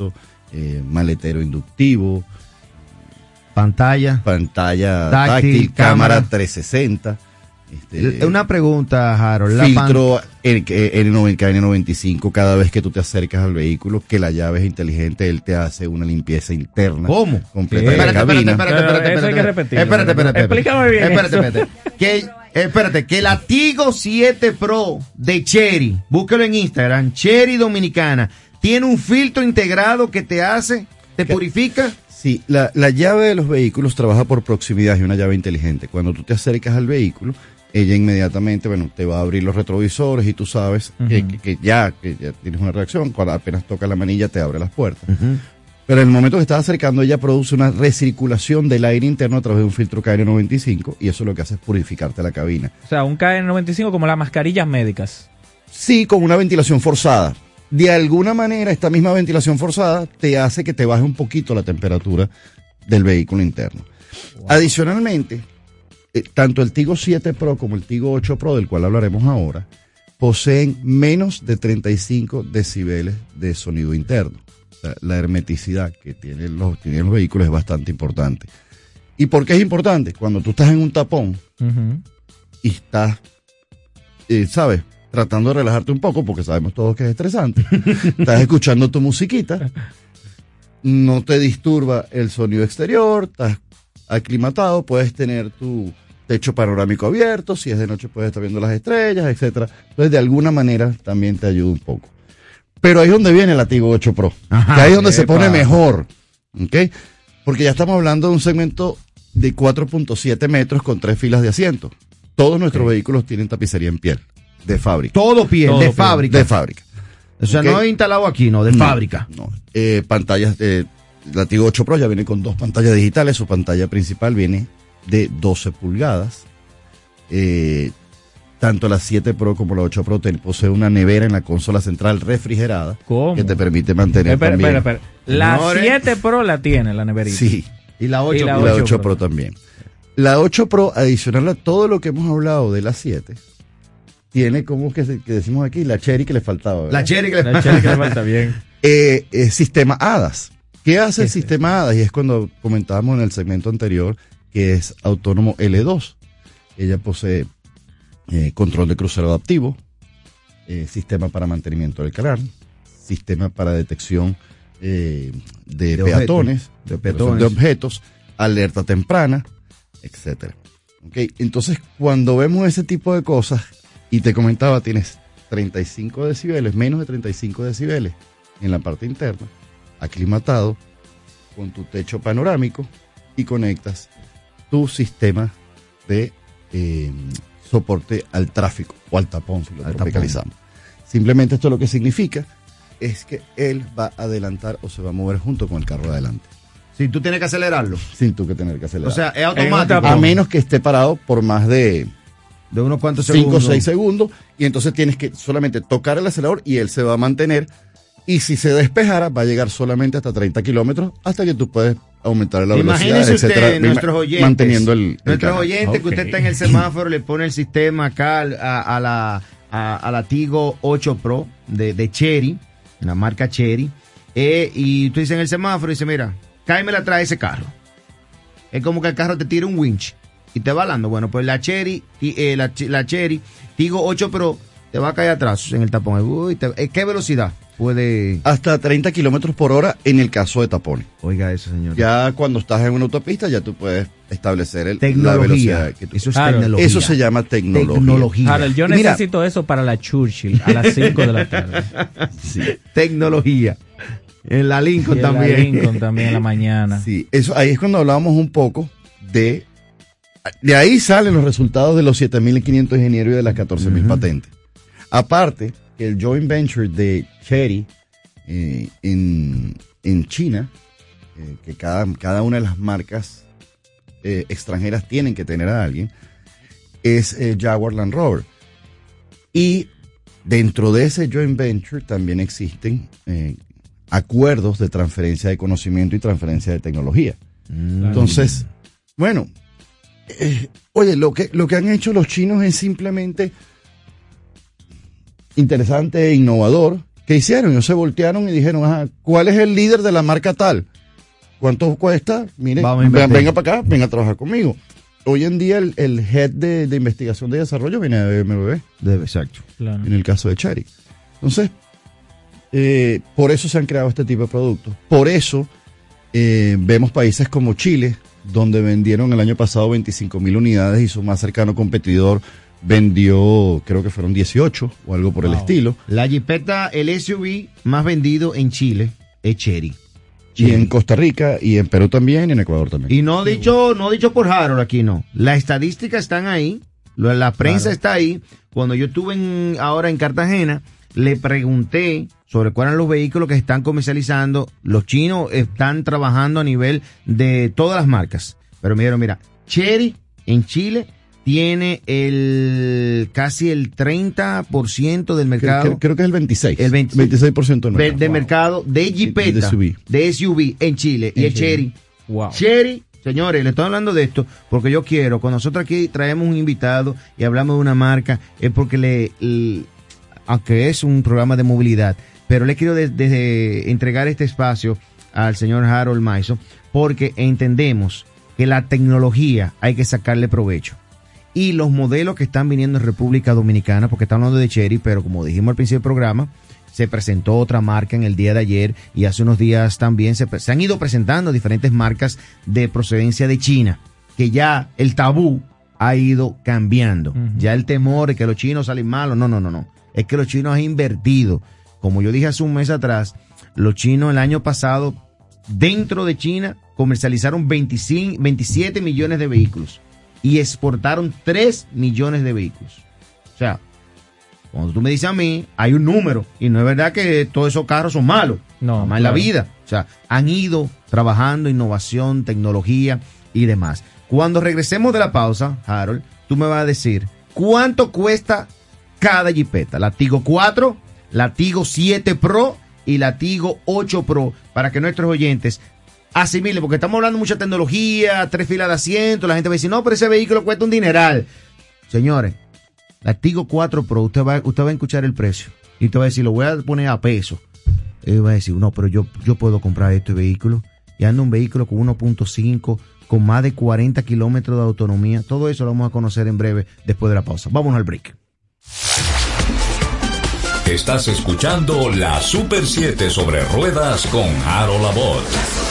eh, maletero inductivo, pantalla, pantalla táctil, táctil, cámara. cámara trescientos sesenta. Este, Una pregunta, Harold. filtro N noventa y cinco cada vez que tú te acercas al vehículo, que la llave es inteligente, él te hace una limpieza interna. ¿Cómo? Completa de la Espérate, cabina. espérate, espérate, espérate, Eso hay que espérate, repetirlo. espérate, espérate, Explícame bien Espérate, eso. espérate. Que, espérate, que la Tigo siete Pro de Chery, búsquelo en Instagram, Chery Dominicana, tiene un filtro integrado que te hace, te purifica. Sí, la, la llave de los vehículos trabaja por proximidad, es una llave inteligente. Cuando tú te acercas al vehículo, ella inmediatamente, bueno, te va a abrir los retrovisores y tú sabes uh-huh. que, que, que ya que ya tienes una reacción. Cuando apenas toca la manilla te abre las puertas. Uh-huh. Pero en el momento que estás acercando, ella produce una recirculación del aire interno a través de un filtro K N noventa y cinco y eso lo que hace es purificarte la cabina. O sea, un K N noventa y cinco como las mascarillas médicas. Sí, con una ventilación forzada. De alguna manera, esta misma ventilación forzada te hace que te baje un poquito la temperatura del vehículo interno. Wow. Adicionalmente, eh, tanto el Tigo siete Pro como el Tigo ocho Pro, del cual hablaremos ahora, poseen menos de treinta y cinco decibeles de sonido interno. O sea, la hermeticidad que tienen los, tienen los vehículos es bastante importante. ¿Y por qué es importante? Cuando tú estás en un tapón uh-huh. y estás, eh, ¿sabes?, tratando de relajarte un poco, porque sabemos todos que es estresante. Estás escuchando tu musiquita, no te disturba el sonido exterior, estás aclimatado, puedes tener tu techo panorámico abierto, si es de noche puedes estar viendo las estrellas, etcétera. Entonces, de alguna manera, también te ayuda un poco. Pero ahí es donde viene el Tigo ocho Pro, Ajá, que ahí es donde epa. se pone mejor, ¿ok? Porque ya estamos hablando de un segmento de cuatro punto siete metros con tres filas de asientos. Todos nuestros okay. vehículos tienen tapicería en piel. De fábrica. Todo piel, Todo de piel. fábrica. De fábrica. O sea, ¿Okay? no he instalado aquí, no, de no, fábrica. No. Eh, pantallas, eh, la Tigo ocho Pro ya viene con dos pantallas digitales. Su pantalla principal viene de doce pulgadas. Eh, tanto la siete Pro como la ocho Pro te posee una nevera en la consola central refrigerada. ¿Cómo? Que te permite mantener espera, también. Espera, espera. La siete Pro la tiene, la neverita. Sí. Y la ocho, y la ocho, ocho Pro. Pro también. La ocho Pro, adicional a todo lo que hemos hablado de la siete, tiene como que, que decimos aquí, la Chery que le faltaba. ¿verdad? La Chery que le, la Chery que le falta, bien. Eh, eh, sistema A D A S. ¿Qué hace el sí. sistema A D A S? Y es cuando comentábamos en el segmento anterior que es autónomo L dos. Ella posee eh, control de crucero adaptivo, eh, sistema para mantenimiento del canal, sistema para detección eh, de, de peatones, objetos, de, peatones. de objetos, alerta temprana, etcétera. Okay. Entonces, cuando vemos ese tipo de cosas, y te comentaba, tienes treinta y cinco decibeles, menos de treinta y cinco decibeles en la parte interna, aclimatado, con tu techo panorámico, y conectas tu sistema de eh, soporte al tráfico, o al tapón, si lo tropicalizamos. Simplemente esto lo que significa es que él va a adelantar o se va a mover junto con el carro de adelante. Sin tú tienes que acelerarlo. Sin tú que tener que acelerarlo. O sea, es automático. A menos que esté parado por más de... De unos cuantos segundos. cinco o seis segundos. segundos. Y entonces tienes que solamente tocar el acelerador y él se va a mantener. Y si se despejara, va a llegar solamente hasta treinta kilómetros hasta que tú puedes aumentar la velocidad, Imagínese etcétera, usted, nuestros oyentes, manteniendo el, el nuestros canal. oyentes Okay. que usted está en el semáforo, le pone el sistema acá a, a la a, a la Tigo ocho Pro de, de Chery, la marca Chery, eh, y tú dices en el semáforo y dice, mira, cáemela atrás ese carro. Es como que el carro te tira un winch y te va alando. Bueno, pues la Chery, eh, la, la Chery Tigo ocho Pro te va a caer atrás en el tapón. Uy, te, ¿qué velocidad puede? Hasta treinta kilómetros por hora en el caso de tapones. Oiga eso, señor. Ya cuando estás en una autopista, ya tú puedes establecer el, tecnología. la velocidad. Que tú... Eso es claro. tecnología. Eso se llama tecnología. Tecnología. Ahora, yo Mira, necesito eso para la Churchill a las cinco de la tarde. Sí. Tecnología. En la Lincoln y en también. La Lincoln también en la mañana. Sí, eso ahí es cuando hablábamos un poco de... De ahí salen los resultados de los siete mil quinientos ingenieros y de las catorce mil uh-huh. patentes. Aparte, que el joint venture de Chery eh, en, en China, eh, que cada, cada una de las marcas eh, extranjeras tienen que tener a alguien, es eh, Jaguar Land Rover. Y dentro de ese joint venture también existen eh, acuerdos de transferencia de conocimiento y transferencia de tecnología. Mm. Entonces, bueno, eh, oye, lo que, lo que han hecho los chinos es simplemente interesante e innovador, ¿qué hicieron? Ellos se voltearon y dijeron, ajá, ¿cuál es el líder de la marca tal? ¿Cuánto cuesta? Miren, ven, venga para acá, venga a trabajar conmigo. Hoy en día el, el head de, de investigación de desarrollo viene de B M W. De, exacto. Claro. En el caso de Chery. Entonces, eh, por eso se han creado este tipo de productos. Por eso eh, vemos países como Chile, donde vendieron el año pasado veinticinco mil unidades y su más cercano competidor vendió, creo que fueron dieciocho o algo por wow. el estilo. La jipeta, el S U V más vendido en Chile es Chery. Y en Costa Rica, y en Perú también, y en Ecuador también. Y no dicho, no dicho por Harold aquí, no. Las estadísticas están ahí, la prensa claro. está ahí. Cuando yo estuve en, ahora en Cartagena, le pregunté sobre cuáles eran los vehículos que están comercializando. Los chinos están trabajando a nivel de todas las marcas. Pero me dijeron, mira, Chery en Chile tiene el casi el treinta por ciento del mercado. Creo, creo que es el veintiséis. El veinte, veintiséis por ciento del mercado. De, de wow. mercado de jipeta, de S U V, de S U V en Chile. En y el Chery. Wow. Chery, señores, le estoy hablando de esto porque yo quiero, cuando nosotros aquí traemos un invitado y hablamos de una marca, es porque le, le aunque es un programa de movilidad, pero le quiero de, de entregar este espacio al señor Harold Maiso porque entendemos que la tecnología hay que sacarle provecho. Y los modelos que están viniendo en República Dominicana, porque estamos hablando de Chery, pero como dijimos al principio del programa, se presentó otra marca en el día de ayer y hace unos días también se, se han ido presentando diferentes marcas de procedencia de China, que ya el tabú ha ido cambiando. Uh-huh. Ya el temor de que los chinos salen malos, no, no, no, no. Es que los chinos han invertido. Como yo dije hace un mes atrás, los chinos el año pasado, dentro de China, comercializaron veinticinco, veintisiete millones de vehículos. Y exportaron tres millones de vehículos. O sea, cuando tú me dices a mí, hay un número. Y no es verdad que todos esos carros son malos. No. Más claro. en la vida. O sea, han ido trabajando innovación, tecnología y demás. Cuando regresemos de la pausa, Harold, tú me vas a decir, ¿cuánto cuesta cada jipeta? La Tigo cuatro, la Tigo siete Pro y la Tigo ocho Pro. Para que nuestros oyentes asimilen, porque estamos hablando de mucha tecnología, tres filas de asientos, la gente va a decir, no, pero ese vehículo cuesta un dineral. Señores, la Tigo cuatro Pro, usted va, usted va a escuchar el precio y usted va a decir, lo voy a poner a peso. Y va a decir, no, pero yo, yo puedo comprar este vehículo. Y anda un vehículo con uno punto cinco, con más de cuarenta kilómetros de autonomía. Todo eso lo vamos a conocer en breve después de la pausa. Vámonos al break. Estás escuchando la Super siete sobre ruedas con Harold Labor.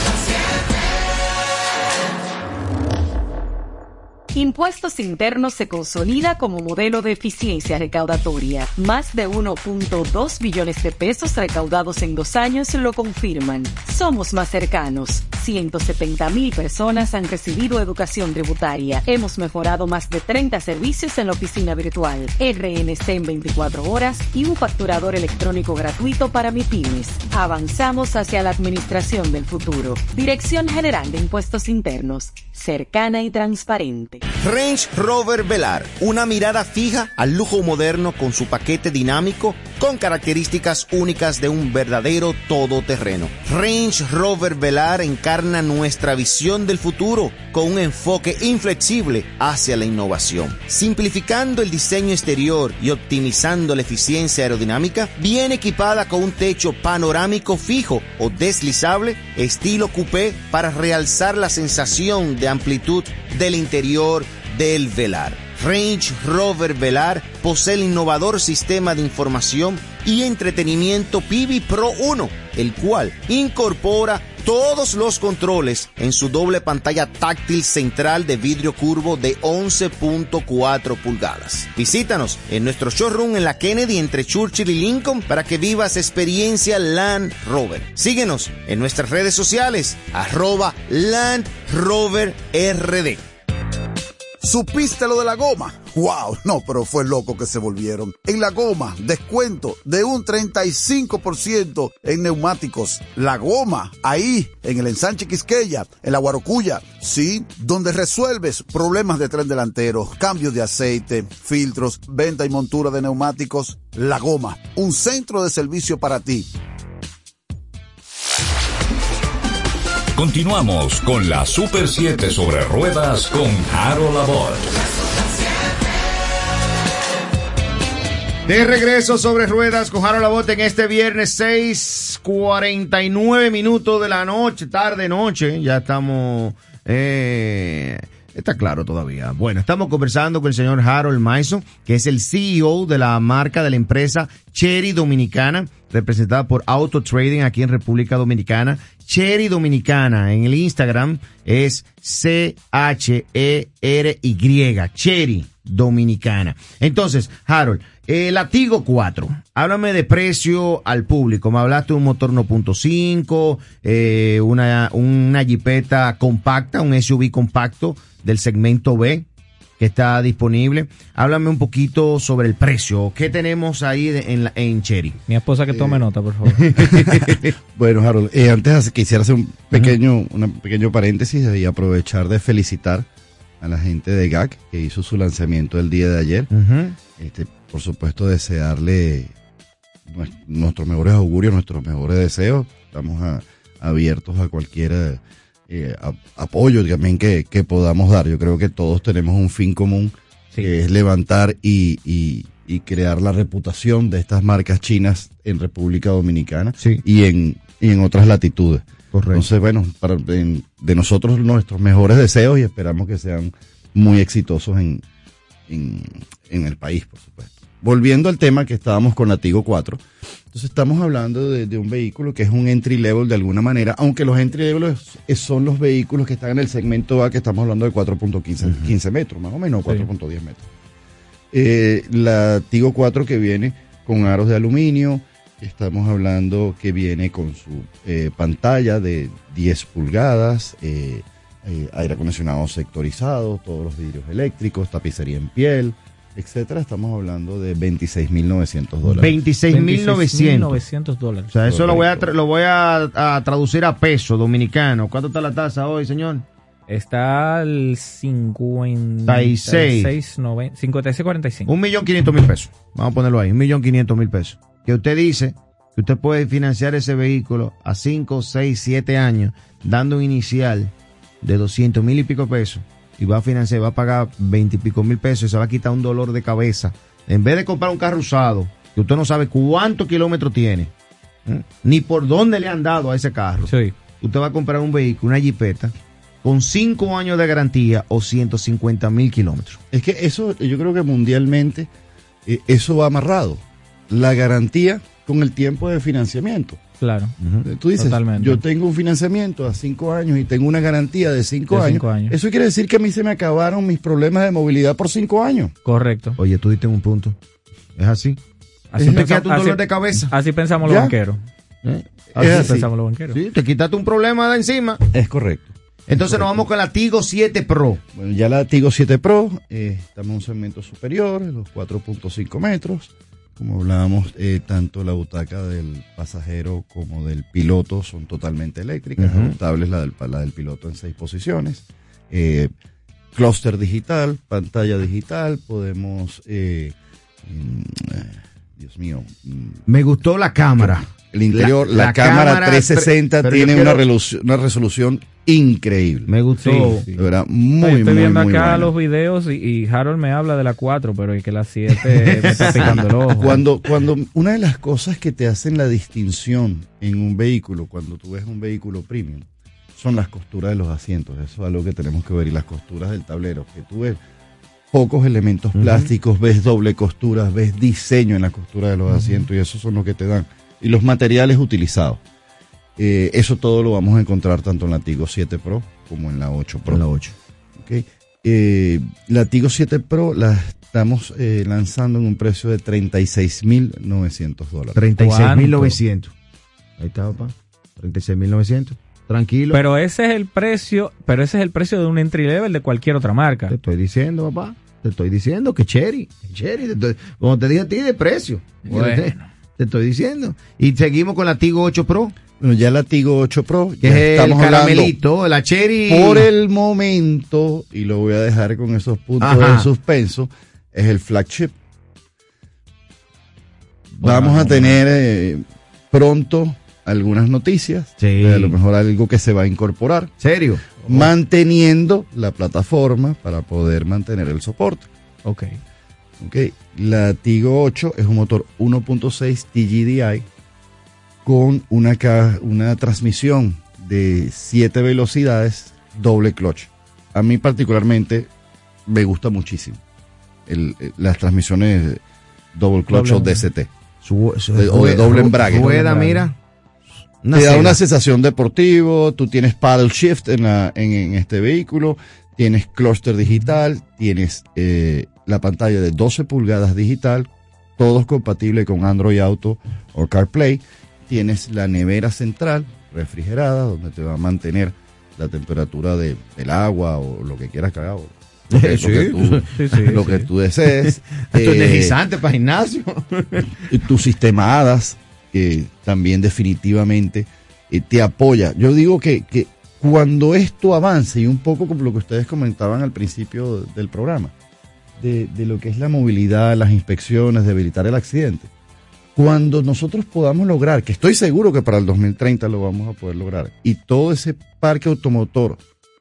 Impuestos Internos se consolida como modelo de eficiencia recaudatoria. Más de uno punto dos billones de pesos recaudados en dos años lo confirman. Somos más cercanos. ciento setenta mil personas han recibido educación tributaria. Hemos mejorado más de treinta servicios en la oficina virtual, R N C en veinticuatro horas y un facturador electrónico gratuito para MIPYMES. Avanzamos hacia la administración del futuro. Dirección General de Impuestos Internos. Cercana y transparente. Range Rover Velar, una mirada fija al lujo moderno con su paquete dinámico con características únicas de un verdadero todoterreno. Range Rover Velar encarna nuestra visión del futuro con un enfoque inflexible hacia la innovación. Simplificando el diseño exterior y optimizando la eficiencia aerodinámica, viene equipada con un techo panorámico fijo o deslizable estilo coupé para realzar la sensación de amplitud del interior del Velar. Range Rover Velar posee el innovador sistema de información y entretenimiento P I V I Pro uno, el cual incorpora todos los controles en su doble pantalla táctil central de vidrio curvo de once punto cuatro pulgadas. Visítanos en nuestro showroom en la Kennedy entre Churchill y Lincoln para que vivas experiencia Land Rover. Síguenos en nuestras redes sociales, arroba Land Rover R D. ¿Supiste lo de la goma? ¡Wow! No, pero fue loco que se volvieron. En la goma, descuento de un treinta y cinco por ciento en neumáticos. La goma, ahí, en el ensanche Quisqueya, en la Guarocuya, sí, donde resuelves problemas de tren delantero, cambios de aceite, filtros, venta y montura de neumáticos. La goma, un centro de servicio para ti. Continuamos con la Super siete sobre ruedas con Harold Labor. De regreso sobre ruedas con Harold Laborde en este viernes seis cuarenta y nueve minutos de la noche, tarde noche, ya estamos, eh, está claro todavía. Bueno, estamos conversando con el señor Harold Maison, que es el C E O de la marca de la empresa Chery Dominicana, representada por Auto Trading aquí en República Dominicana. Chery Dominicana en el Instagram es C H E R Y, Chery Dominicana. Entonces, Harold, eh, Latigo cuatro, háblame de precio al público. Me hablaste de un motor uno punto cinco, eh, una, una jipeta compacta, un S U V compacto del segmento B que está disponible. Háblame un poquito sobre el precio. ¿Qué tenemos ahí de, en, la, en Chery? Mi esposa que tome eh. nota, por favor. Bueno, Harold, eh, antes quisiera hacer un pequeño, uh-huh. un pequeño paréntesis y aprovechar de felicitar a la gente de G A C que hizo su lanzamiento el día de ayer. Uh-huh. Este, por supuesto, desearle nuestros mejores augurios, nuestros mejores deseos. Estamos a, abiertos a cualquier eh, a, apoyo también que, que podamos dar. Yo creo que todos tenemos un fin común, sí, que es levantar y, y, y crear la reputación de estas marcas chinas en República Dominicana, sí, y en, y en otras latitudes. Correcto. Entonces, bueno, para, en, de nosotros nuestros mejores deseos y esperamos que sean muy exitosos en, en, en el país, por supuesto. Volviendo al tema que estábamos con Latigo cuatro, entonces estamos hablando de, de un vehículo que es un entry level de alguna manera, aunque los entry level son los vehículos que están en el segmento A, que estamos hablando de cuatro punto quince metros, más o menos, cuatro punto diez metros. Eh, la Tigo cuatro que viene con aros de aluminio, estamos hablando que viene con su eh, pantalla de diez pulgadas, eh, eh, aire acondicionado sectorizado, todos los vidrios eléctricos, tapicería en piel, etcétera. Estamos hablando de veintiséis mil novecientos dólares. veintiséis mil novecientos dólares. O sea, eso lo voy a, tra- lo voy a, a traducir a peso dominicano. ¿Cuánto está la tasa hoy, señor? Está al cincuenta y seis, cincuenta y seis cuarenta y cinco. Un millón quinientos mil pesos. Vamos a ponerlo ahí, un millón quinientos mil pesos. Que usted dice que usted puede financiar ese vehículo a cinco, seis, siete años, dando un inicial de doscientos mil y pico pesos. Y va a financiar, va a pagar veinte y pico mil pesos y se va a quitar un dolor de cabeza. En vez de comprar un carro usado, que usted no sabe cuántos kilómetros tiene, ¿eh? ni por dónde le han dado a ese carro. Sí. Usted va a comprar un vehículo, una jipeta, con cinco años de garantía o ciento cincuenta mil kilómetros. Es que eso, yo creo que mundialmente, eh, eso va amarrado. La garantía con el tiempo de financiamiento. Claro. Uh-huh. Tú dices, totalmente, yo tengo un financiamiento a cinco años y tengo una garantía de cinco, de años. cinco años. Eso quiere decir que a mí se me acabaron mis problemas de movilidad por cinco años. Correcto. Oye, tú diste un punto. ¿Es así? Así, te quitaste un dolor así, de cabeza. Así pensamos los ¿Ya? banqueros. ¿Eh? Así, así pensamos los banqueros. Sí, te quitaste un problema de encima. Es correcto. Entonces Correcto. nos vamos con la Tigo siete Pro. Bueno, ya la Tigo siete Pro, eh, estamos en un segmento superior, los cuatro punto cinco metros. Como hablábamos, eh, tanto la butaca del pasajero como del piloto son totalmente eléctricas, uh-huh, ajustables, la del, la del piloto en seis posiciones. Eh, clúster digital, pantalla digital, podemos... Eh, mm, eh, Dios mío. Mm, Me gustó la cámara. El interior, la, la, la cámara, cámara trescientos sesenta tre- tiene quiero... una, resolución, una resolución increíble. Me gustó. Sí, sí. De verdad, muy, Estoy muy, viendo muy acá buena. los videos y, y Harold me habla de la cuatro, pero es que la siete me está picando el ojo. Cuando, cuando una de las cosas que te hacen la distinción en un vehículo, cuando tú ves un vehículo premium, son las costuras de los asientos. Eso es algo que tenemos que ver. Y las costuras del tablero, que tú ves pocos elementos uh-huh. plásticos, ves doble costuras, ves diseño en la costura de los uh-huh. asientos, y eso son lo que te dan. Y los materiales utilizados. Eh, eso todo lo vamos a encontrar tanto en la Tigo siete Pro como en la ocho Pro. En la ocho. Okay. Eh, la Tigo siete Pro la estamos eh, lanzando en un precio de treinta y seis mil novecientos dólares. treinta y seis mil novecientos. Ahí está, papá. treinta y seis mil novecientos. Tranquilo. Pero ese es el precio, pero ese es el precio de un entry level de cualquier otra marca. Te estoy diciendo, papá. Te estoy diciendo que Chery. Chery. Te estoy, como te dije a ti, de precio. Bueno. Te, te estoy diciendo. Y seguimos con la Tigo ocho Pro. Bueno, ya la Tigo ocho Pro, que ya es estamos el caramelito, la Chery. Por el momento, y lo voy a dejar con esos puntos Ajá. de suspenso, es el flagship. Bueno, Vamos a tener eh, pronto algunas noticias, sí. de a lo mejor algo que se va a incorporar. ¿Serio? Manteniendo la plataforma para poder mantener el soporte. Ok. Okay. La Tigo ocho es un motor uno punto seis T G D I con una, ca- una transmisión de siete velocidades, doble clutch. A mí particularmente me gusta muchísimo el, el, las transmisiones double clutch doble, o D S T. Su, su, de, o de doble embrague. Rueda, mira. Te da una sensación deportivo, tú tienes paddle shift en, la, en, en este vehículo, tienes clúster digital, tienes eh, la pantalla de doce pulgadas digital, todos compatibles con Android Auto o CarPlay, tienes la nevera central refrigerada donde te va a mantener la temperatura de, del agua o lo que quieras que haga. Lo que, sí, lo que, tú, sí, sí, lo sí. que tú desees. Esto es energizante para gimnasio. Tu sistema H A D A S, que también definitivamente eh, te apoya. Yo digo que, que cuando esto avance, y un poco como lo que ustedes comentaban al principio del programa, de, de lo que es la movilidad, las inspecciones, de evitar el accidente, cuando nosotros podamos lograr, que estoy seguro que para el dos mil treinta lo vamos a poder lograr, y todo ese parque automotor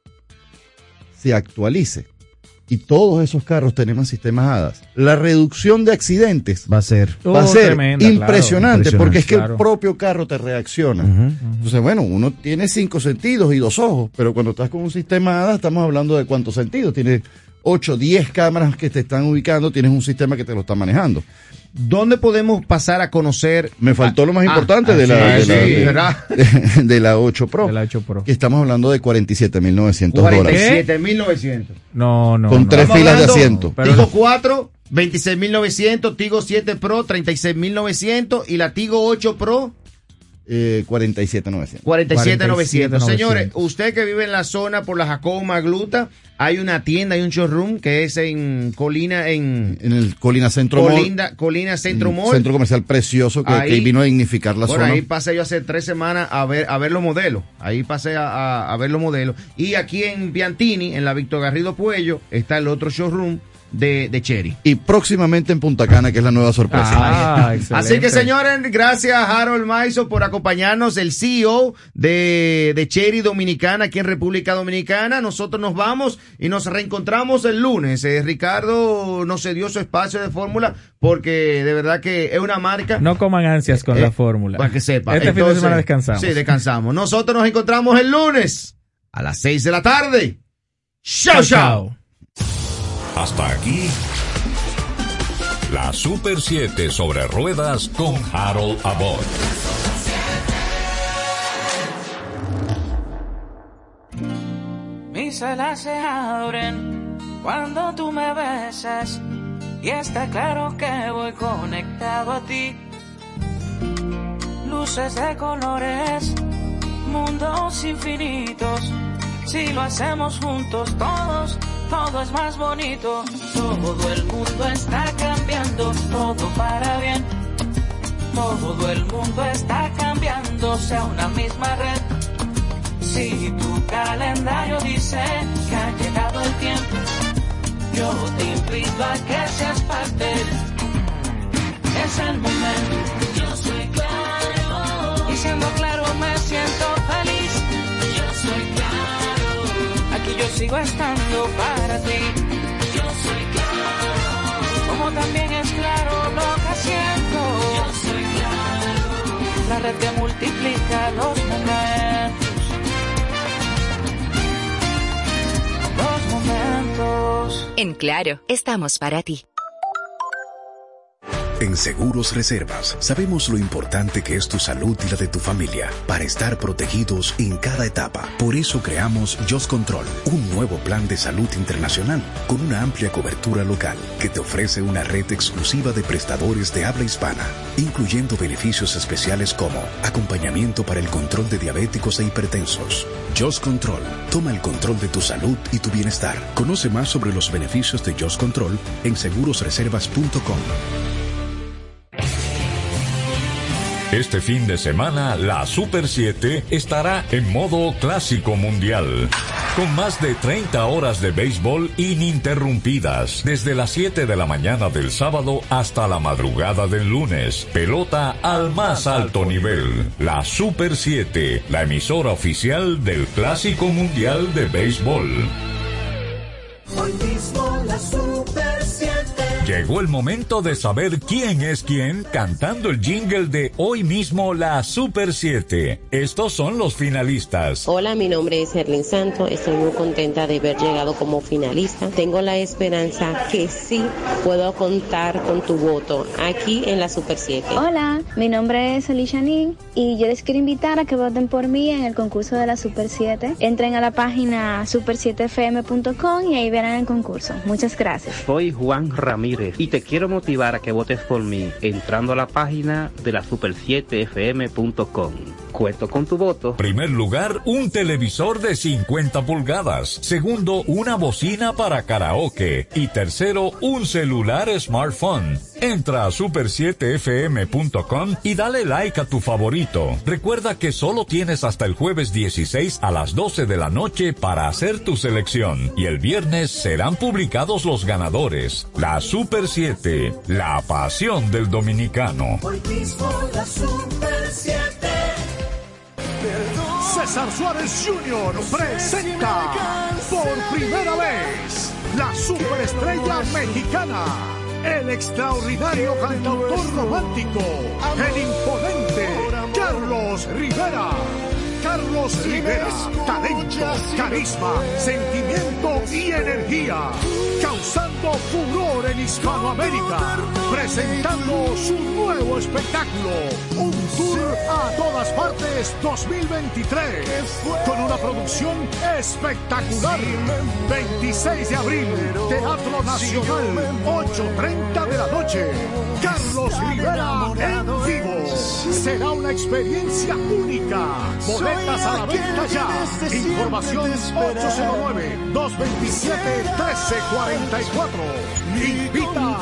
se actualice, y todos esos carros tenemos sistemas H A D A S, la reducción de accidentes va a ser, va a Oh, ser tremenda, impresionante, claro. porque es que Claro. el propio carro te reacciona. Uh-huh, uh-huh. Entonces, bueno, uno tiene cinco sentidos y dos ojos, pero cuando estás con un sistema H A D A S estamos hablando de cuántos sentidos. Tienes ocho, diez cámaras que te están ubicando, tienes un sistema que te lo está manejando. ¿Dónde podemos pasar a conocer? Me faltó lo más Ah, importante ah, de, la, sí, de, la, sí, de- ¿verdad? de- de la ocho Pro, De la ocho Pro. que estamos hablando de cuarenta y siete mil novecientos cuarenta y dólares. siete mil novecientos. No, no. Con no. tres Estamos filas de hablando, asiento. Pero- Tigo cuatro, veintiséis mil novecientos, Tigo siete Pro, treinta y seis mil novecientos y la Tigo ocho Pro, Eh, cuarenta y siete mil novecientos. cuarenta y siete mil novecientos. cuarenta y siete mil Señores, novecientos. usted que vive en la zona por la Jacobo Magluta, hay una tienda, hay un showroom que es en Colina, en En el Colina Centro Mall, Colinda, Colina Centro un Mall. centro comercial precioso que, Ahí- que vino a dignificar la Bueno, zona. ahí pasé yo hace tres semanas a ver a ver los modelos. Ahí pasé a, a- a ver los modelos. Y aquí en Piantini, en la Víctor Garrido Puello, está el otro showroom de, de Chery. Y próximamente en Punta Cana, que es la nueva sorpresa. Ah, excelente. Así que, señores, gracias a Harold Maiso por acompañarnos, el C E O de, de Chery Dominicana aquí en República Dominicana. Nosotros nos vamos y nos reencontramos el lunes. Eh, Ricardo nos cedió su espacio de fórmula porque de verdad que es una marca. No coman ansias con Eh, la fórmula. Para que sepa. Este fin de Entonces, semana descansamos. Sí, descansamos. Nosotros nos encontramos el lunes a las seis de la tarde. Chao, chao. Hasta aquí la Super siete sobre ruedas con Harold Abbott. Mis alas se abren cuando tú me besas y está claro que voy conectado a ti. Luces de colores, mundos infinitos. Si lo hacemos juntos todos, todo es más bonito. Todo el mundo está cambiando, todo para bien. Todo el mundo está cambiando, sea una misma red. Si tu calendario dice que ha llegado el tiempo, yo te invito a que seas parte. Es el momento. Yo soy claro. Y siendo claro me siento feliz. Yo soy claro. Aquí yo sigo estando para ti. Yo soy claro. Como también es claro lo que siento. Yo soy claro. La red que multiplica los momentos. Los momentos. En Claro, estamos para ti. En Seguros Reservas sabemos lo importante que es tu salud y la de tu familia para estar protegidos en cada etapa. Por eso creamos Just Control, un nuevo plan de salud internacional con una amplia cobertura local que te ofrece una red exclusiva de prestadores de habla hispana, incluyendo beneficios especiales como acompañamiento para el control de diabéticos e hipertensos. Just Control, toma el control de tu salud y tu bienestar. Conoce más sobre los beneficios de Just Control en seguros reservas punto com. Este fin de semana, la Super siete estará en modo clásico mundial, con más de treinta horas de béisbol ininterrumpidas, desde las siete de la mañana del sábado hasta la madrugada del lunes. Pelota al más alto nivel. La Super siete, la emisora oficial del Clásico Mundial de Béisbol. Hoy mismo la Super siete Llegó el momento de saber quién es quién cantando el jingle de hoy mismo la Super siete. Estos son los finalistas. Hola, mi nombre es Erlin Santos. Estoy muy contenta de haber llegado como finalista. Tengo la esperanza que sí puedo contar con tu voto aquí en la Super siete. Hola, mi nombre es Alicia Ning y yo les quiero invitar a que voten por mí en el concurso de la Super siete. Entren a la página super siete f m punto com y ahí verán el concurso. Muchas gracias. Soy Juan Ramírez y te quiero motivar a que votes por mí entrando a la página de la super siete f m punto com. Cuento con tu voto. Primer lugar, un televisor de cincuenta pulgadas. Segundo, una bocina para karaoke. Y tercero, un celular smartphone. Entra a super siete f m punto com y dale like a tu favorito. Recuerda que solo tienes hasta el jueves dieciséis a las doce de la noche para hacer tu selección. Y el viernes serán publicados los ganadores. La Super siete, la pasión del dominicano. Hoy mismo la Super siete. César Suárez junior presenta por primera vez la superestrella mexicana, el extraordinario cantautor romántico, el imponente Carlos Rivera. Carlos Rivera, talento, carisma, sentimiento y energía, causando furor en Hispanoamérica, presentando su nuevo espectáculo, un tour a todas partes dos mil veintitrés, con una producción espectacular. veintiséis de abril, Teatro Nacional, ocho treinta de la noche. Carlos Rivera en vivo. Será una experiencia única. Boletas a la venta ya. Información ocho cero nueve, dos dos siete, uno tres cuatro cuatro. Invita.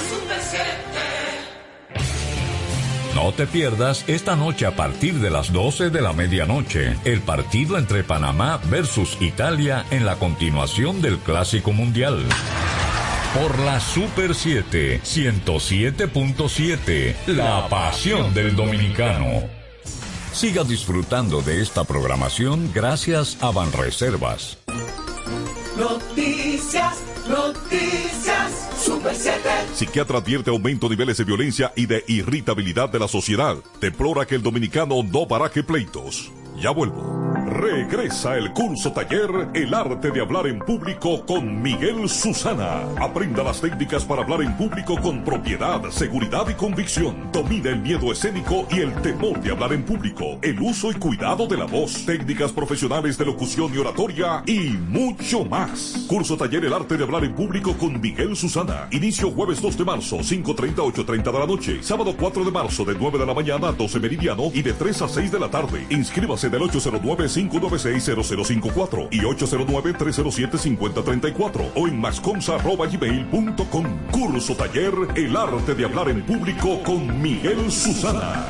No te pierdas esta noche a partir de las doce de la medianoche el partido entre Panamá versus Italia en la continuación del Clásico Mundial. Por la Super siete, ciento siete punto siete, la pasión del dominicano. Siga disfrutando de esta programación gracias a Banreservas. Noticias, noticias, Super siete. Psiquiatra advierte aumento de niveles de violencia y de irritabilidad de la sociedad. Deplora que el dominicano no baraje pleitos. Ya vuelvo. Regresa el curso taller El arte de hablar en público con Miguel Susana. Aprenda las técnicas para hablar en público con propiedad, seguridad y convicción. Domina el miedo escénico y el temor de hablar en público. El uso y cuidado de la voz. Técnicas profesionales de locución y oratoria y mucho más. Curso taller El arte de hablar en público con Miguel Susana. Inicio jueves dos de marzo, cinco treinta, ocho treinta de la noche. Sábado cuatro de marzo de nueve de la mañana a doce meridiano y de tres a seis de la tarde. Inscríbase del ocho cero nueve, cinco nueve seis, cero cero cinco cuatro y ocho cero nueve, tres cero siete, cinco cero tres cuatro o en mascomsa arroba gmail punto com. Curso taller El arte de hablar en público con Miguel Susana.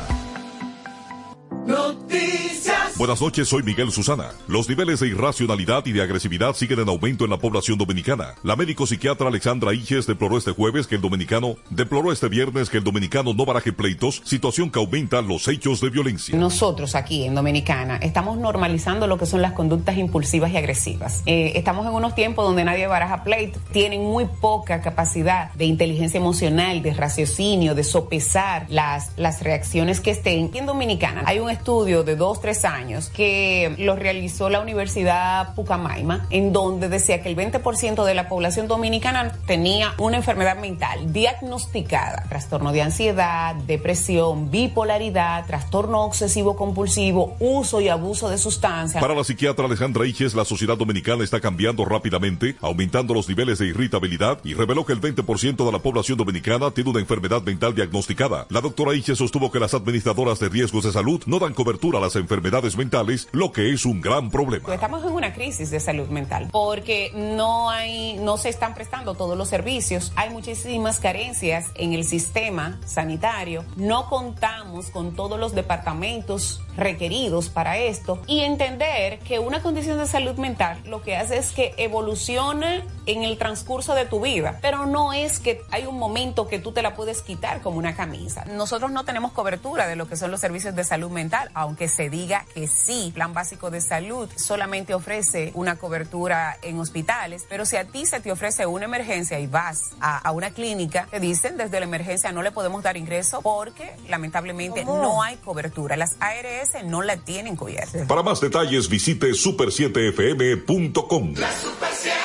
Noticias. Buenas noches, soy Miguel Susana. Los niveles de irracionalidad y de agresividad siguen en aumento en la población dominicana. La médico psiquiatra Alexandra Iges deploró este jueves que el dominicano, deploró este viernes que el dominicano no baraje pleitos, situación que aumenta los hechos de violencia. Nosotros aquí en Dominicana estamos normalizando lo que son las conductas impulsivas y agresivas. Eh, estamos en unos tiempos donde nadie baraja pleitos, tienen muy poca capacidad de inteligencia emocional, de raciocinio, de sopesar las, las reacciones que estén. En Dominicana hay un estudio de dos, tres años que lo realizó la Universidad Pucamaima, en donde decía que el veinte por ciento de la población dominicana tenía una enfermedad mental diagnosticada: trastorno de ansiedad, depresión, bipolaridad, trastorno obsesivo compulsivo, uso y abuso de sustancias. Para la psiquiatra Alejandra Iges, la sociedad dominicana está cambiando rápidamente, aumentando los niveles de irritabilidad, y reveló que el veinte por ciento de la población dominicana tiene una enfermedad mental diagnosticada. La doctora Iges sostuvo que las administradoras de riesgos de salud no dan cobertura a las enfermedades mentales, lo que es un gran problema. Estamos en una crisis de salud mental porque no hay, no se están prestando todos los servicios. Hay muchísimas carencias en el sistema sanitario. No contamos con todos los departamentos requeridos para esto y entender que una condición de salud mental lo que hace es que evoluciona en el transcurso de tu vida, pero no es que hay un momento que tú te la puedes quitar como una camisa. Nosotros no tenemos cobertura de lo que son los servicios de salud mental, aunque se diga que sí, Plan Básico de Salud solamente ofrece una cobertura en hospitales, pero si a ti se te ofrece una emergencia y vas a, a una clínica, te dicen desde la emergencia no le podemos dar ingreso porque lamentablemente ¿Cómo? no hay cobertura. Las A R S no la tienen cubierta. Para más detalles visite super siete f m punto com. La Super siete.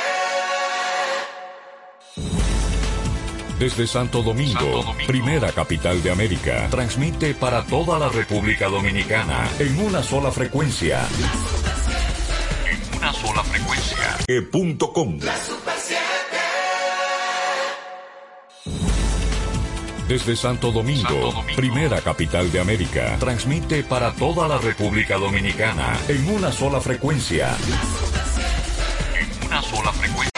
Desde Santo Domingo, Santo Domingo, primera capital de América, transmite para toda la República Dominicana en una sola frecuencia. En una sola frecuencia. E punto com. La Super siete. Desde Santo Domingo, Santo Domingo, primera capital de América, transmite para toda la República Dominicana en una sola frecuencia. En una sola frecuencia.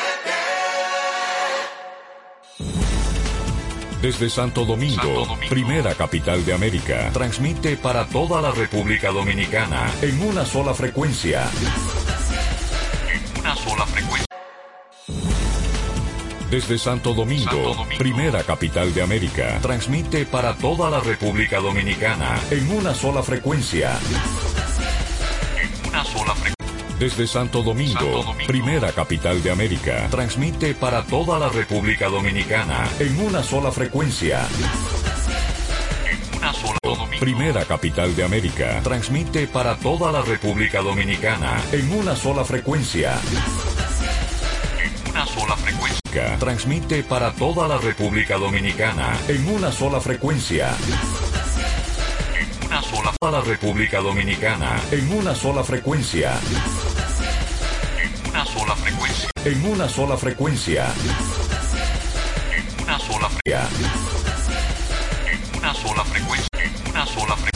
Desde Santo Domingo, Santo Domingo, primera capital de América, transmite para toda la República Dominicana en una sola frecuencia. En una sola frecuencia. Desde Santo Domingo, Santo Domingo, primera capital de América, transmite para toda la República Dominicana en una sola frecuencia. En una sola frecuencia. Desde Santo Domingo, Santo Domingo, primera capital de América, transmite para toda la República Dominicana en una sola frecuencia. En una sola frecuencia. Primera capital de América, transmite para toda la República Dominicana en una sola frecuencia. En una sola frecuencia. Transmite para toda la República Dominicana en una sola frecuencia. En una sola para la República Dominicana en una sola frecuencia. En una sola frecuencia. En una sola frecuencia. En una sola frecuencia. En una sola frecuencia. En una sola frecuencia.